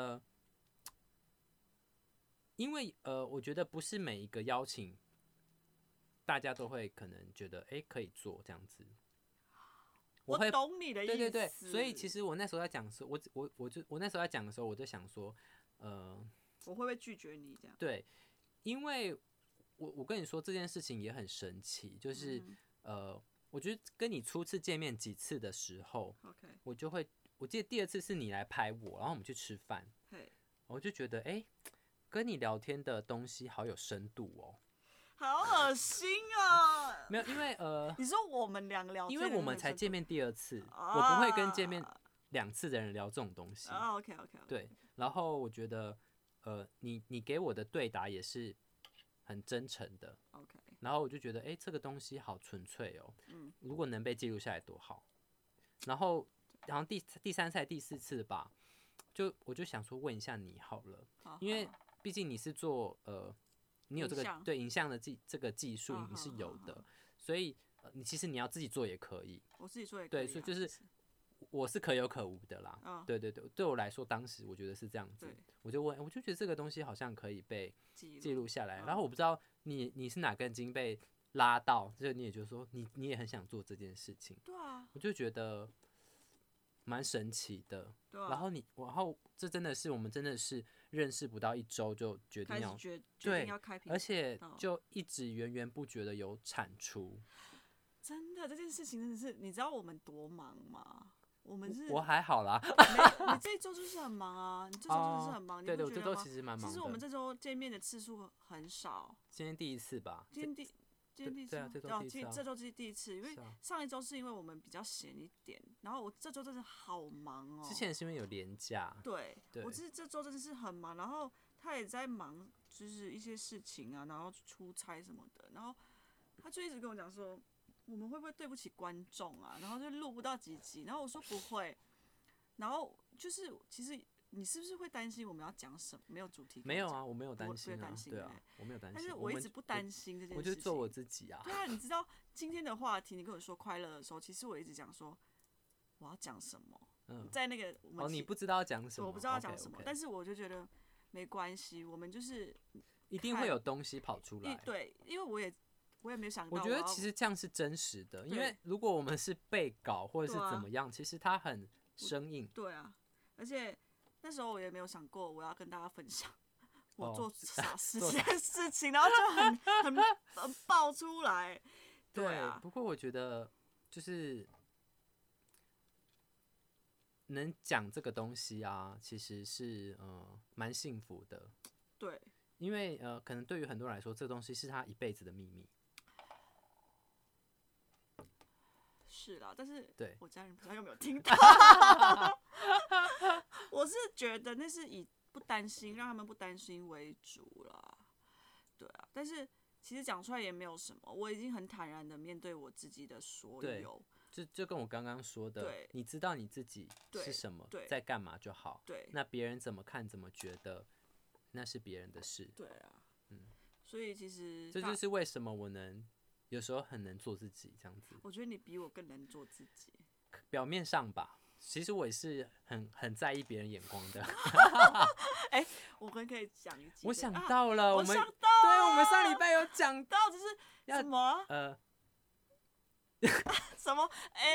因为我觉得不是每一个邀请，大家都会可能觉得可以做这样子。 我懂你的意思。 对，所以其实我那时候在讲的时候，我那时候在讲的时候，我就想说， 我会不会拒绝你这样？ 对，因为我跟你说这件事情也很神奇，就是我觉得跟你初次见面几次的时候，我记得第二次是你来拍我，然后我们去吃饭，我就觉得跟你聊天的东西好有深度哦。 好恶心啊！ 没有，因为你说我们两个聊天， 因为我们才见面第二次，我不会跟见面2次的人聊这种东西。 OK。 对，然后我觉得你给我的对答也是很真诚的。 OK。 然后我就觉得这个东西好纯粹哦。如果能被记录下来多好。然后好像第3次、第4次吧，我就想说问一下你好了，因为毕竟你是做你有这个对影像的这个技术，你是有的，所以其实你要自己做也可以， 我自己做也可以。 对，所以就是我是可有可无的啦。对，对我来说，当时我觉得是这样子，我就觉得这个东西好像可以被记录下来。然后我不知道你是哪根筋被拉到，就是你也就是说你也很想做这件事情。 对啊， 我就觉得蛮神奇的。然后这真的是我们真的是认识不到1周就决定要开频道， 而且就一直源源不绝的有产出。 真的，这件事情真的是，你知道我们多忙吗？ 我还好啦。 你这一周就是很忙啊，你这周真的是很忙。 对，我这周其实蛮忙的。 其实我们这周见面的次数很少。 今天第1次吧。 今天第一次。 对啊，这周第1次啊。 这周是第1次，因为上一周是因为我们比较闲一点，然后我这周真的好忙哦。 之前是因为有连假。 对，我这周真的是很忙，然后他也在忙，就是一些事情啊，然后出差什么的，然后他就一直跟我讲说，我们会不会对不起观众啊？然后就录不到几集，然后我说不会，然后就是其实你是不是会担心我们要讲什么？没有主题？ 没有啊，我没有担心啊， 对啊，我没有担心。 但是我一直不担心这件事情， 我就做我自己啊。 对啊，你知道今天的话题，你跟我说快乐的时候，其实我一直讲说我要讲什么， 在那个我们你不知道讲什么， 我不知道讲什么， okay, okay. 但是我就觉得没关系，我们就是一定会有东西跑出来。 对，因为我也没有想到。 我觉得其实这样是真实的，因为如果我们是被稿或者是怎么样，其实它很生硬。 对啊，而且那时候我也没有想过我要跟大家分享我做傻事这件事情，然后就很爆出来。对啊， 不过我觉得就是能讲这个东西啊，其实是蛮幸福的。 对， 因为可能对于很多人来说，这个东西是他一辈子的秘密。 是啦，但是我家人不知道有没有听到。我是觉得那是以不担心，让他们不担心为主啦。对啊，但是其实讲出来也没有什么，我已经很坦然的面对我自己的所有。 就跟我刚刚说的，你知道你自己是什么，在干嘛就好。那别人怎么看怎么觉得，那是别人的事。 对啊，所以其实这就是为什么我有时候很能做自己这样子。 我觉得你比我更能做自己。 表面上吧，其实我也是很在意别人眼光的。 我可以讲一集。 我想到了， 我想到了， 对，我们上礼拜有讲到，就是什么什么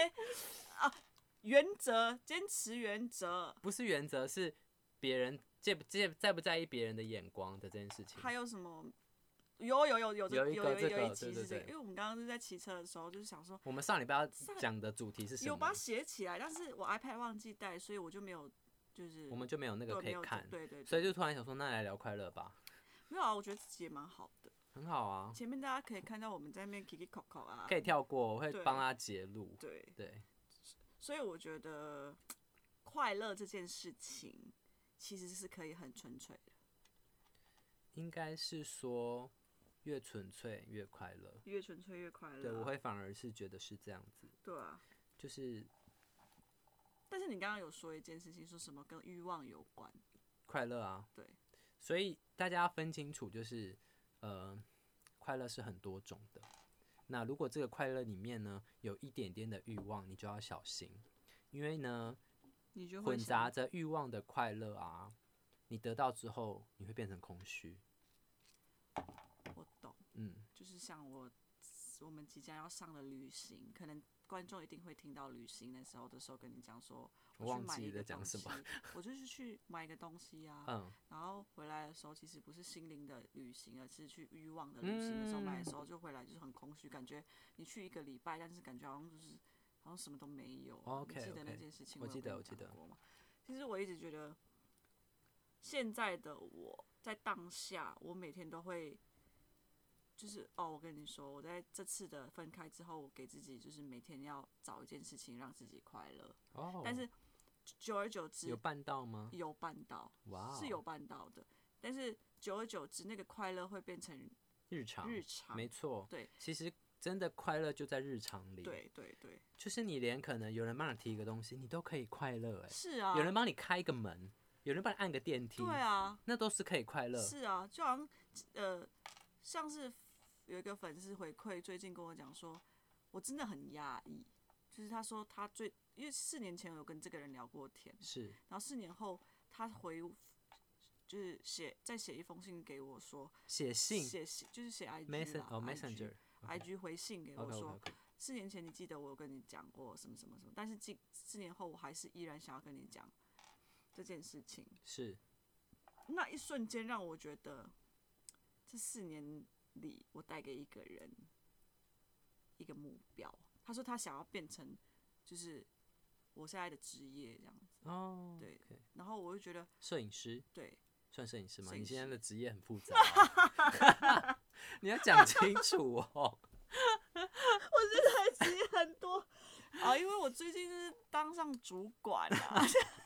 原则，坚持原则， 不是原则，是别人在不在意别人的眼光的这件事情。 还有什么？有一集是这个，因为我们刚刚是在骑车的时候，就是想说， 我们上礼拜要讲的主题是什么？ 有把它写起来，但是我 iPad 忘记带，所以我就没有，就是我们就没有那个可以看， 对， 所以就突然想说，那来聊快乐吧。 没有啊，我觉得自己也蛮好的。 很好啊， 前面大家可以看到我们在那边 kiki 口口啊， 可以跳过，我会帮他截录。 对，所以我觉得快乐这件事情其实是可以很纯粹的。 应该是说越纯粹越快乐， 越纯粹越快乐。 对，我会反而是觉得是这样子。 对啊， 就是， 但是你刚刚有说一件事情，说什么跟欲望有关？ 快乐啊， 对， 所以大家要分清楚，就是快乐是很多种的。那如果这个快乐里面呢有一点点的欲望，你就要小心，因为呢， 你就混杂着欲望的快乐啊，你得到之后你会变成空虚。 我懂，就是像我们即将要上的旅行，可能观众一定会听到旅行的时候跟你讲说， 我忘记在讲什么， 我就是去买一个东西啊，然后回来的时候其实不是心灵的旅行，而是去欲望的旅行的时候买的时候就回来就是很空虚，感觉你去1个礼拜，但是感觉好像什么都没有。 Okay, 你记得那件事情？ 我记得。 其实我一直觉得，现在的我在当下，我每天都会。就是我跟你说，我在这次的分开之后，我给自己就是每天要找一件事情让自己快乐。但是久而久之， 有办到吗？ 有办到，是有办到的。但是久而久之，那个快乐会变成日常， 没错。 对， 其实真的快乐就在日常里。 对， 就是你连可能有人帮你提一个东西，你都可以快乐。 是啊， 有人帮你开一个门，有人帮你按个电梯， 对啊， 那都是可以快乐。 是啊，就好像像是有一个粉丝回馈，最近跟我讲说，我真的很压抑。就是他说因为4年前我有跟这个人聊过天， 是， 然后4年后他就是再写一封信给我说， 写信就是写 IG 啦 ，Messenger，IG 回信给我说，4年前你记得我有跟你讲过什么什么什么，但是4年后我还是依然想要跟你讲这件事情。 是， 那一瞬间让我觉得，这4年里我带给一个人一个目标。他说他想要变成就是我现在的职业这样子。对。 Okay. 然后我就觉得摄影师， 对， 算摄影师吗？你现在的职业很复杂啊，你要讲清楚哦。 我现在职业很多啊，因为我最近是当上主管啊。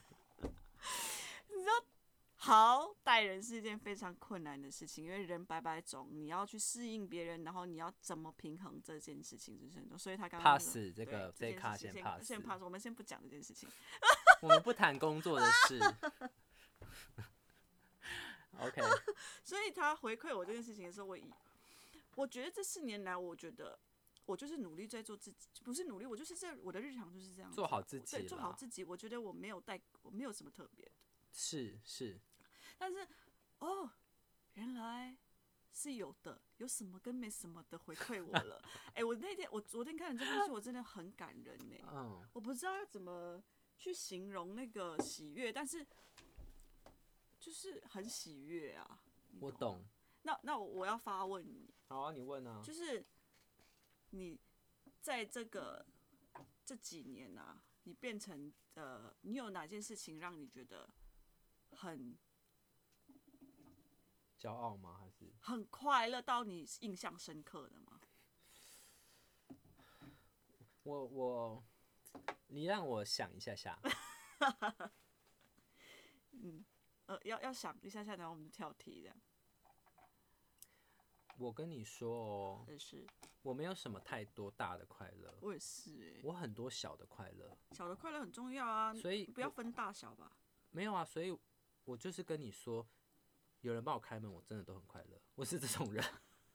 你知道，好带人是一件非常困难的事情，因为人百百种，你要去适应别人，然后你要怎么平衡这件事情就是很多。所以他刚刚 pass 这个这一卡先 pass， 我们先不讲这件事情。 我们不谈工作的事。OK。 所以他回馈我这件事情的时候，我觉得这4年来，我觉得我就是努力在做自己，不是努力，我就是我的日常就是这样， 做好自己， 对，做好自己。我觉得我没有什么特别的， 是， 但是原来是有的，有什么跟没什么的回馈我了。我昨天看了这部剧，我真的很感人呢。我不知道要怎么去形容那个喜悦，但是就是很喜悦啊。 我懂。 那我要发问你。 好啊，你问啊。 就是你在这几年啊，你变成你有哪件事情让你觉得很骄傲吗？还是很快乐到你印象深刻的吗？ 你让我想一下下。 要想一下下，然后我们就跳题这样。 我跟你说哦，我没有什么太多大的快乐。 我也是我很多小的快乐。 小的快乐很重要啊， 所以不要分大小吧。 没有啊，所以我就是跟你说，有人帮我开门，我真的都很快乐。我是这种人。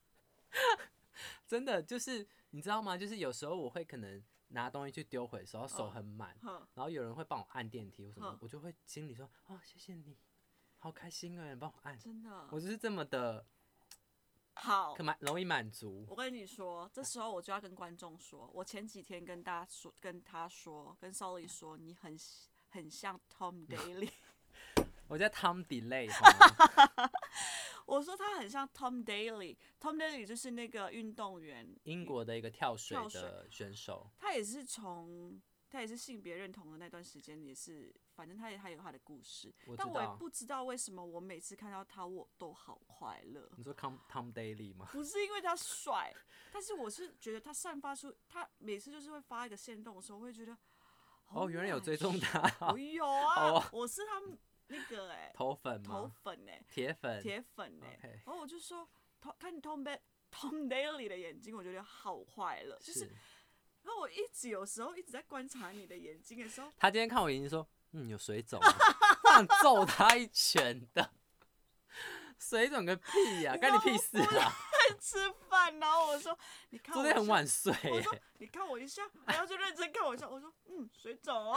真的就是你知道吗？就是有时候我会可能拿东西去丢回的时候手很满，然后有人会帮我按电梯或什么，我就会心里说谢谢你，好开心啊，有人帮我按。 真的， 我就是这么的好， 容易满足。 我跟你说，这时候我就要跟观众说，我前几天跟他说，跟 Sully 说，你很像 Tom Daly。 我叫 Tom Delay 好吗？ 我说他很像 Tom Daly。Tom Daly 就是那个运动员， 英国的一个跳水的选手。 他也是性别认同的那段时间，也是，反正他有他的故事。但我也不知道为什么我每次看到他，我都好快乐。 你说 Tom Daly 吗？ 不是因为他帅，但是我是觉得他散发出，他每次就是会发一个限动的时候，我会觉得， 原来有追踪他。 我有啊，我是他那个头粉吗？ 头粉铁粉然后我就说看 Tom Daly 的眼睛，我觉得好快乐，就是。然后我有时候一直在观察你的眼睛的时候， 他今天看我眼睛说，有水肿，我想揍他一拳的。水肿个屁呀，干你屁事啊！ 在吃饭，然后我说你看我， 昨天很晚睡。 我说你看我一下，还要去认真看我一下。我说水肿哦。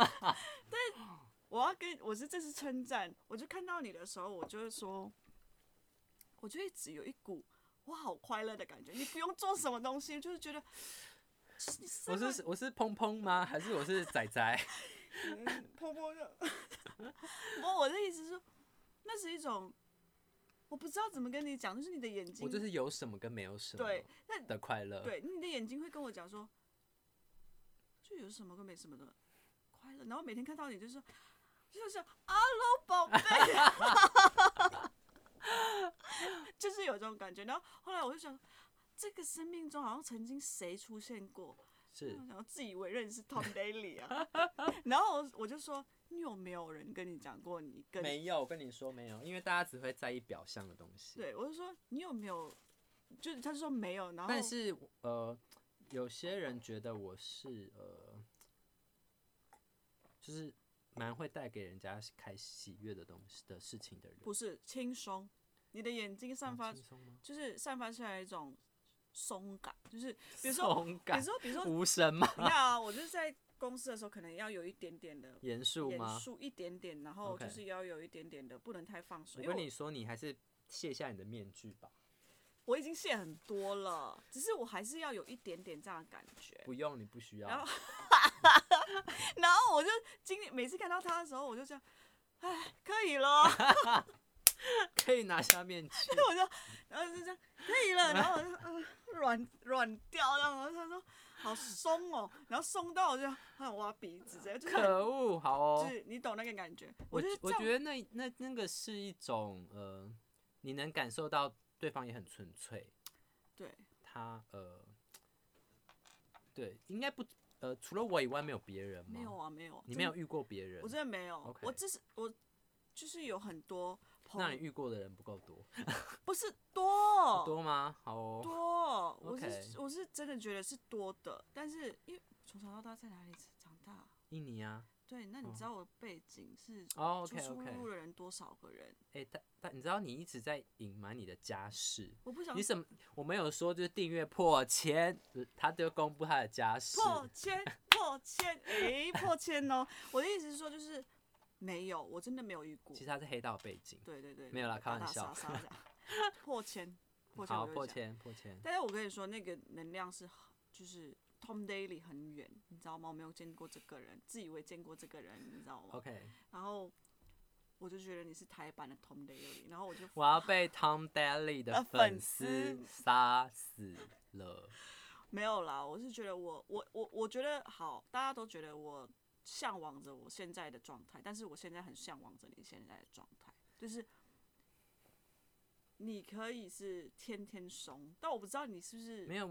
但这是称赞，我就看到你的时候，我就会说，我就一直有一股我好快乐的感觉。你不用做什么东西，就是觉得。 我是砰砰吗？还是我是仔仔？ 砰砰的。不过我的意思是说，那是一种我不知道怎么跟你讲，就是你的眼睛， 我就是有什么跟没有什么的快乐。 对，你的眼睛会跟我讲说，就有什么跟没什么的快乐。然后每天看到你就是，Hello 宝贝，就是有这种感觉。然后后来我就想。这个生命中好像曾经谁出现过？ 是， 然后自以为认识 Tom Daly 啊，然后我就说，你有没有人跟你讲过你跟？ 没有，我跟你说没有，因为大家只会在意表象的东西。 对，我就说你有没有？就是他就说没有，然后但是有些人觉得我是就是蛮会带给人家开喜悦的东西的事情的人。 不是轻松，你的眼睛散发，就是散发出来一种。松感，就是比如说无声吗？ 你看啊，我就是在公司的时候，可能要有一点点的严肃吗？ 一点点，然后就是要有一点点的，不能太放水。 我跟你说，你还是卸下你的面具吧。 我已经卸很多了，只是我还是要有一点点这样的感觉。 不用，你不需要。 然后我就每次看到他的时候，我就这样，可以了。 可以拿下面具。 然后就这样可以了，然后我就软掉，然后他说好松哦，然后松到我就很挖鼻子，就是可恶，好哦， 就是你懂那个感觉。 我觉得那个是一种你能感受到对方也很纯粹。 对。 他对，应该不除了我以外没有别人吗？ 没有啊，没有。 你没有遇过别人？ 我真的没有。 Okay. 我就是有很多。 那你遇过的人不够多？ 不是多。 多吗？好哦。 多，我是真的觉得是多的，但是因为从小到大在哪里长大？ 印尼啊。 对，那你知道我的背景是哦出 ，OK 入 OK， 的人多少个人？ 但你知道你一直在隐瞒你的家世， 我不想你什么？我没有说就是订阅破千，他就公布他的家世。 破千，破千哦！我的意思是说，就是没有，我真的没有遇过。 其实他是黑道背景， 对， 没有啦，开玩笑。 打打杀杀这样，破千， 好， 破千。 但是我跟你说，那个能量是就是 Tom Daly 很远，你知道吗？我没有见过这个人，自以为见过这个人，你知道吗 OK， 然后我就觉得你是台版的 Tom Daly， 然后我要被 Tom Daly 的粉丝杀死了。 没有啦，我是觉得我觉得好，大家都觉得我向往着我现在的状态，但是我现在很向往着你现在的状态，就是你可以是天天松，但我不知道你是不是没有，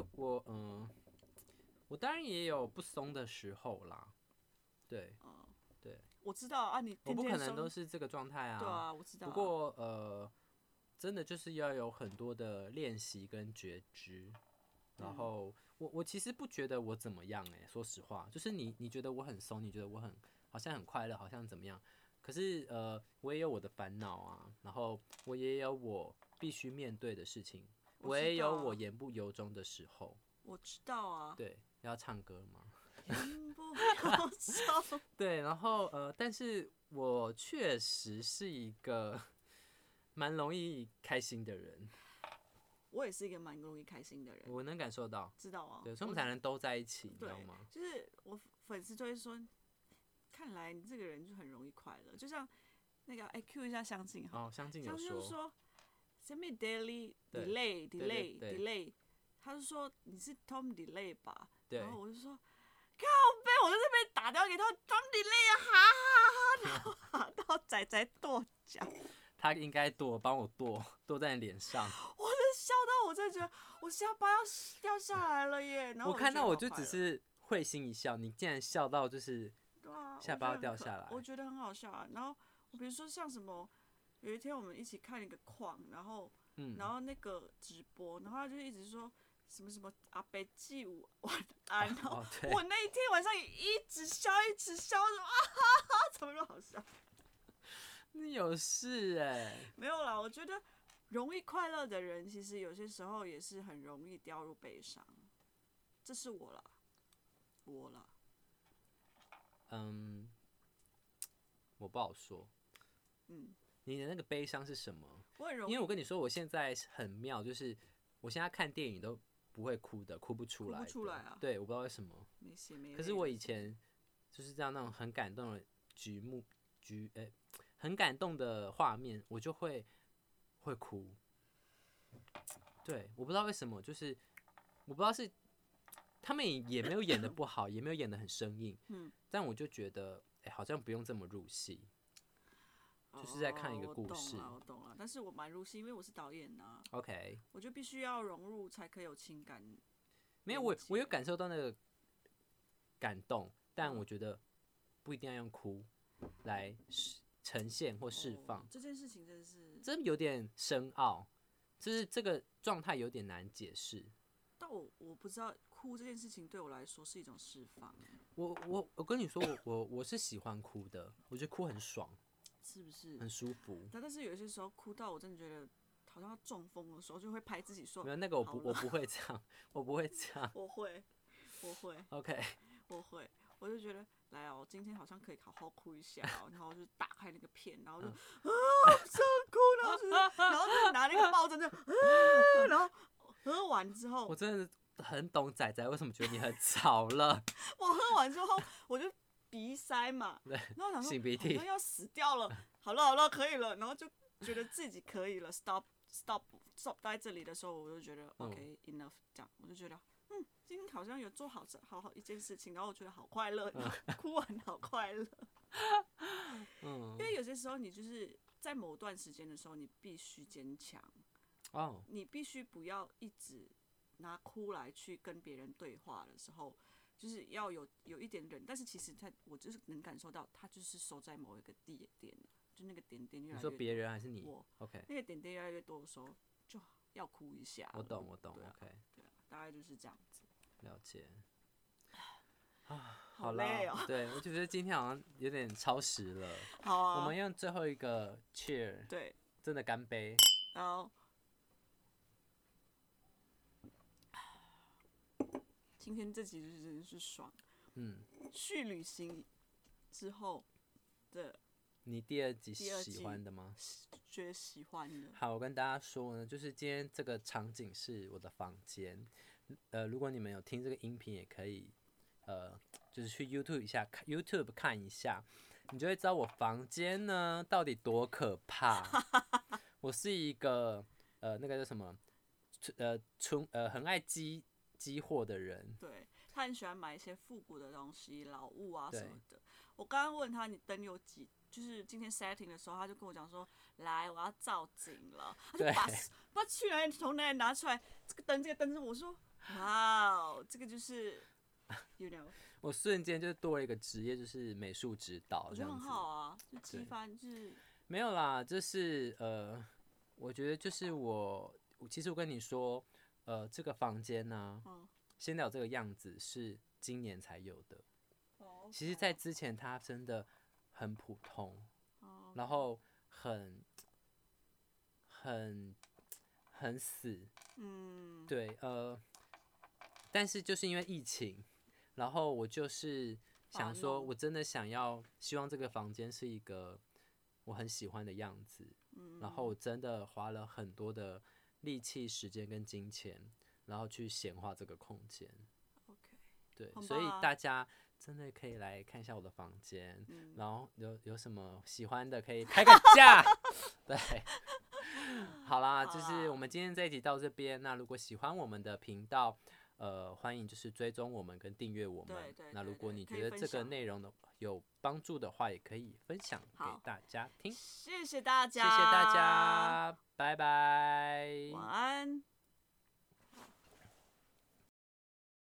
我当然也有不松的时候啦。对，对， 我知道啊，你天天我不可能松都是这个状态啊。 对啊，我知道、啊。 不过真的就是要有很多的练习跟觉知。然后我其实不觉得我怎么样说实话，就是你觉得我很松，你觉得我好像很快乐，好像怎么样？可是我也有我的烦恼啊，然后我也有我必须面对的事情，我也有我言不由衷的时候。 我知道啊。 对，要唱歌吗？ 言不由衷。 对，然后但是我确实是一个蛮容易开心的人。 我也是一个蛮容易开心的人， 我能感受到， 知道啊， 对，所以我们才能都在一起，你知道吗？ 就是我粉丝就会说，看来你这个人就很容易快乐，就像那个Q 一下相信哈， 相信就说什么 daily delay，他就说你是 Tom Delay 吧，然后我就说靠背，我就是被打电话给他 Tom Delay 啊，哈哈哈，然后哈到仔仔跺脚。 他应该帮我跺在你脸上。 我就笑到我真的觉得我下巴要掉下来了耶！然后我看到我就只是会心一笑，你竟然笑到就是下巴要掉下来， 我觉得很好笑啊。然后比如说像什么，有一天我们一起看一个矿，然后那个直播，然后他就一直说什么阿北祭舞晚安，然后我那一天晚上也一直笑，什么啊哈哈，怎么那么好笑？ 你有事没有啦，我觉得容易快乐的人，其实有些时候也是很容易掉入悲伤。这是我啦。 我不好说。你的那个悲伤是什么？ 我很容易， 因为我跟你说，我现在很妙，就是我现在看电影都不会哭的，哭不出来啊。 对，我不知道为什么。可是我以前就是这样，那种很感动的很感动的画面，我就会哭。对，我不知道为什么，就是我不知道是他们也没有演的不好，也没有演的很生硬，但我就觉得，好像不用这么入戏，就是在看一个故事。 我懂了，但是我蛮入戏，因为我是导演啊。 OK， 我就必须要融入，才可以有情感。 没有，我有感受到那个感动，但我觉得不一定要用哭来呈现或释放。 这件事情真有点深奥，就是这个状态有点难解释。 但我不知道哭这件事情对我来说是一种释放。 我跟你说，我是喜欢哭的，我觉得哭很爽， 是不是？ 很舒服。 但是有一些时候哭到我真的觉得好像要中风的时候，就会拍自己说。 没有那个我不会这样，我不会这样。 我会。 OK。 我会，我就觉得来哦，今天好像可以好好哭一下哦，然后就打开那个片，然后就想哭，然后就拿那个抱枕就然后喝完之后， 我真的很懂仔仔为什么觉得你很吵了。 我喝完之后我就鼻塞嘛，然后想说擤鼻涕， 好像要死掉了，好了可以了，然后就觉得自己可以了 ，stop 在这里的时候，我就觉得 OK enough 这样，我就觉得今天好像有做好一件事情，然后我觉得好快乐，哭完好快乐。因为有些时候你就是在某段时间的时候，你必须坚强。你必须不要一直拿哭来去跟别人对话的时候，就是要有一点忍。但是其实我就是能感受到，他就是守在某一个地点，就那个点越来越多。 你说别人还是你？ 我 OK。 那个点越来越多的时候，就要哭一下。 我懂。 对啊 OK。 对啊，大概就是这样子。 了解。 好累哦。 对，我就觉得今天好像有点超时了。 好啊， 我们用最后一个 cheer， 对， 真的干杯。 好。今天这集真的是爽。去旅行之后的你第二集喜欢的吗？ 觉得喜欢的。 好，我跟大家说呢，就是今天这个场景是我的房间。如果你们有听这个音频，也可以就是去 YouTube 看一下，你就会知道我房间呢到底多可怕。我是一个那个叫什么很爱积货的人。 对，他很喜欢买一些复古的东西、老物啊什么的。我刚刚问他你灯有几，就是今天 setting 的时候，他就跟我讲说，来，我要造景了。他就把不知道去哪里从哪里拿出来这个灯，我说哇哦，这个就是，you know。 我瞬间就多了一个职业，就是美术指导。 我觉得很好啊，就激发就是没有啦，就是我觉得就是其实我跟你说，这个房间呢、现在有这个样子是今年才有的。其实，在之前它真的很普通，然后很死，对，但是就是因为疫情，然后我就是想说，我真的希望这个房间是一个我很喜欢的样子，然后我真的花了很多的力气、时间跟金钱，然后去显化这个空间。对，所以大家真的可以来看一下我的房间，然后有什么喜欢的可以开个价。对，好啦，就是我们今天这一集到这边。那如果喜欢我们的频道，欢迎就是追踪我们跟订阅我们。那如果你觉得这个内容有帮助的话，也可以分享给大家听。 谢谢大家， 谢谢大家，拜拜， 晚安。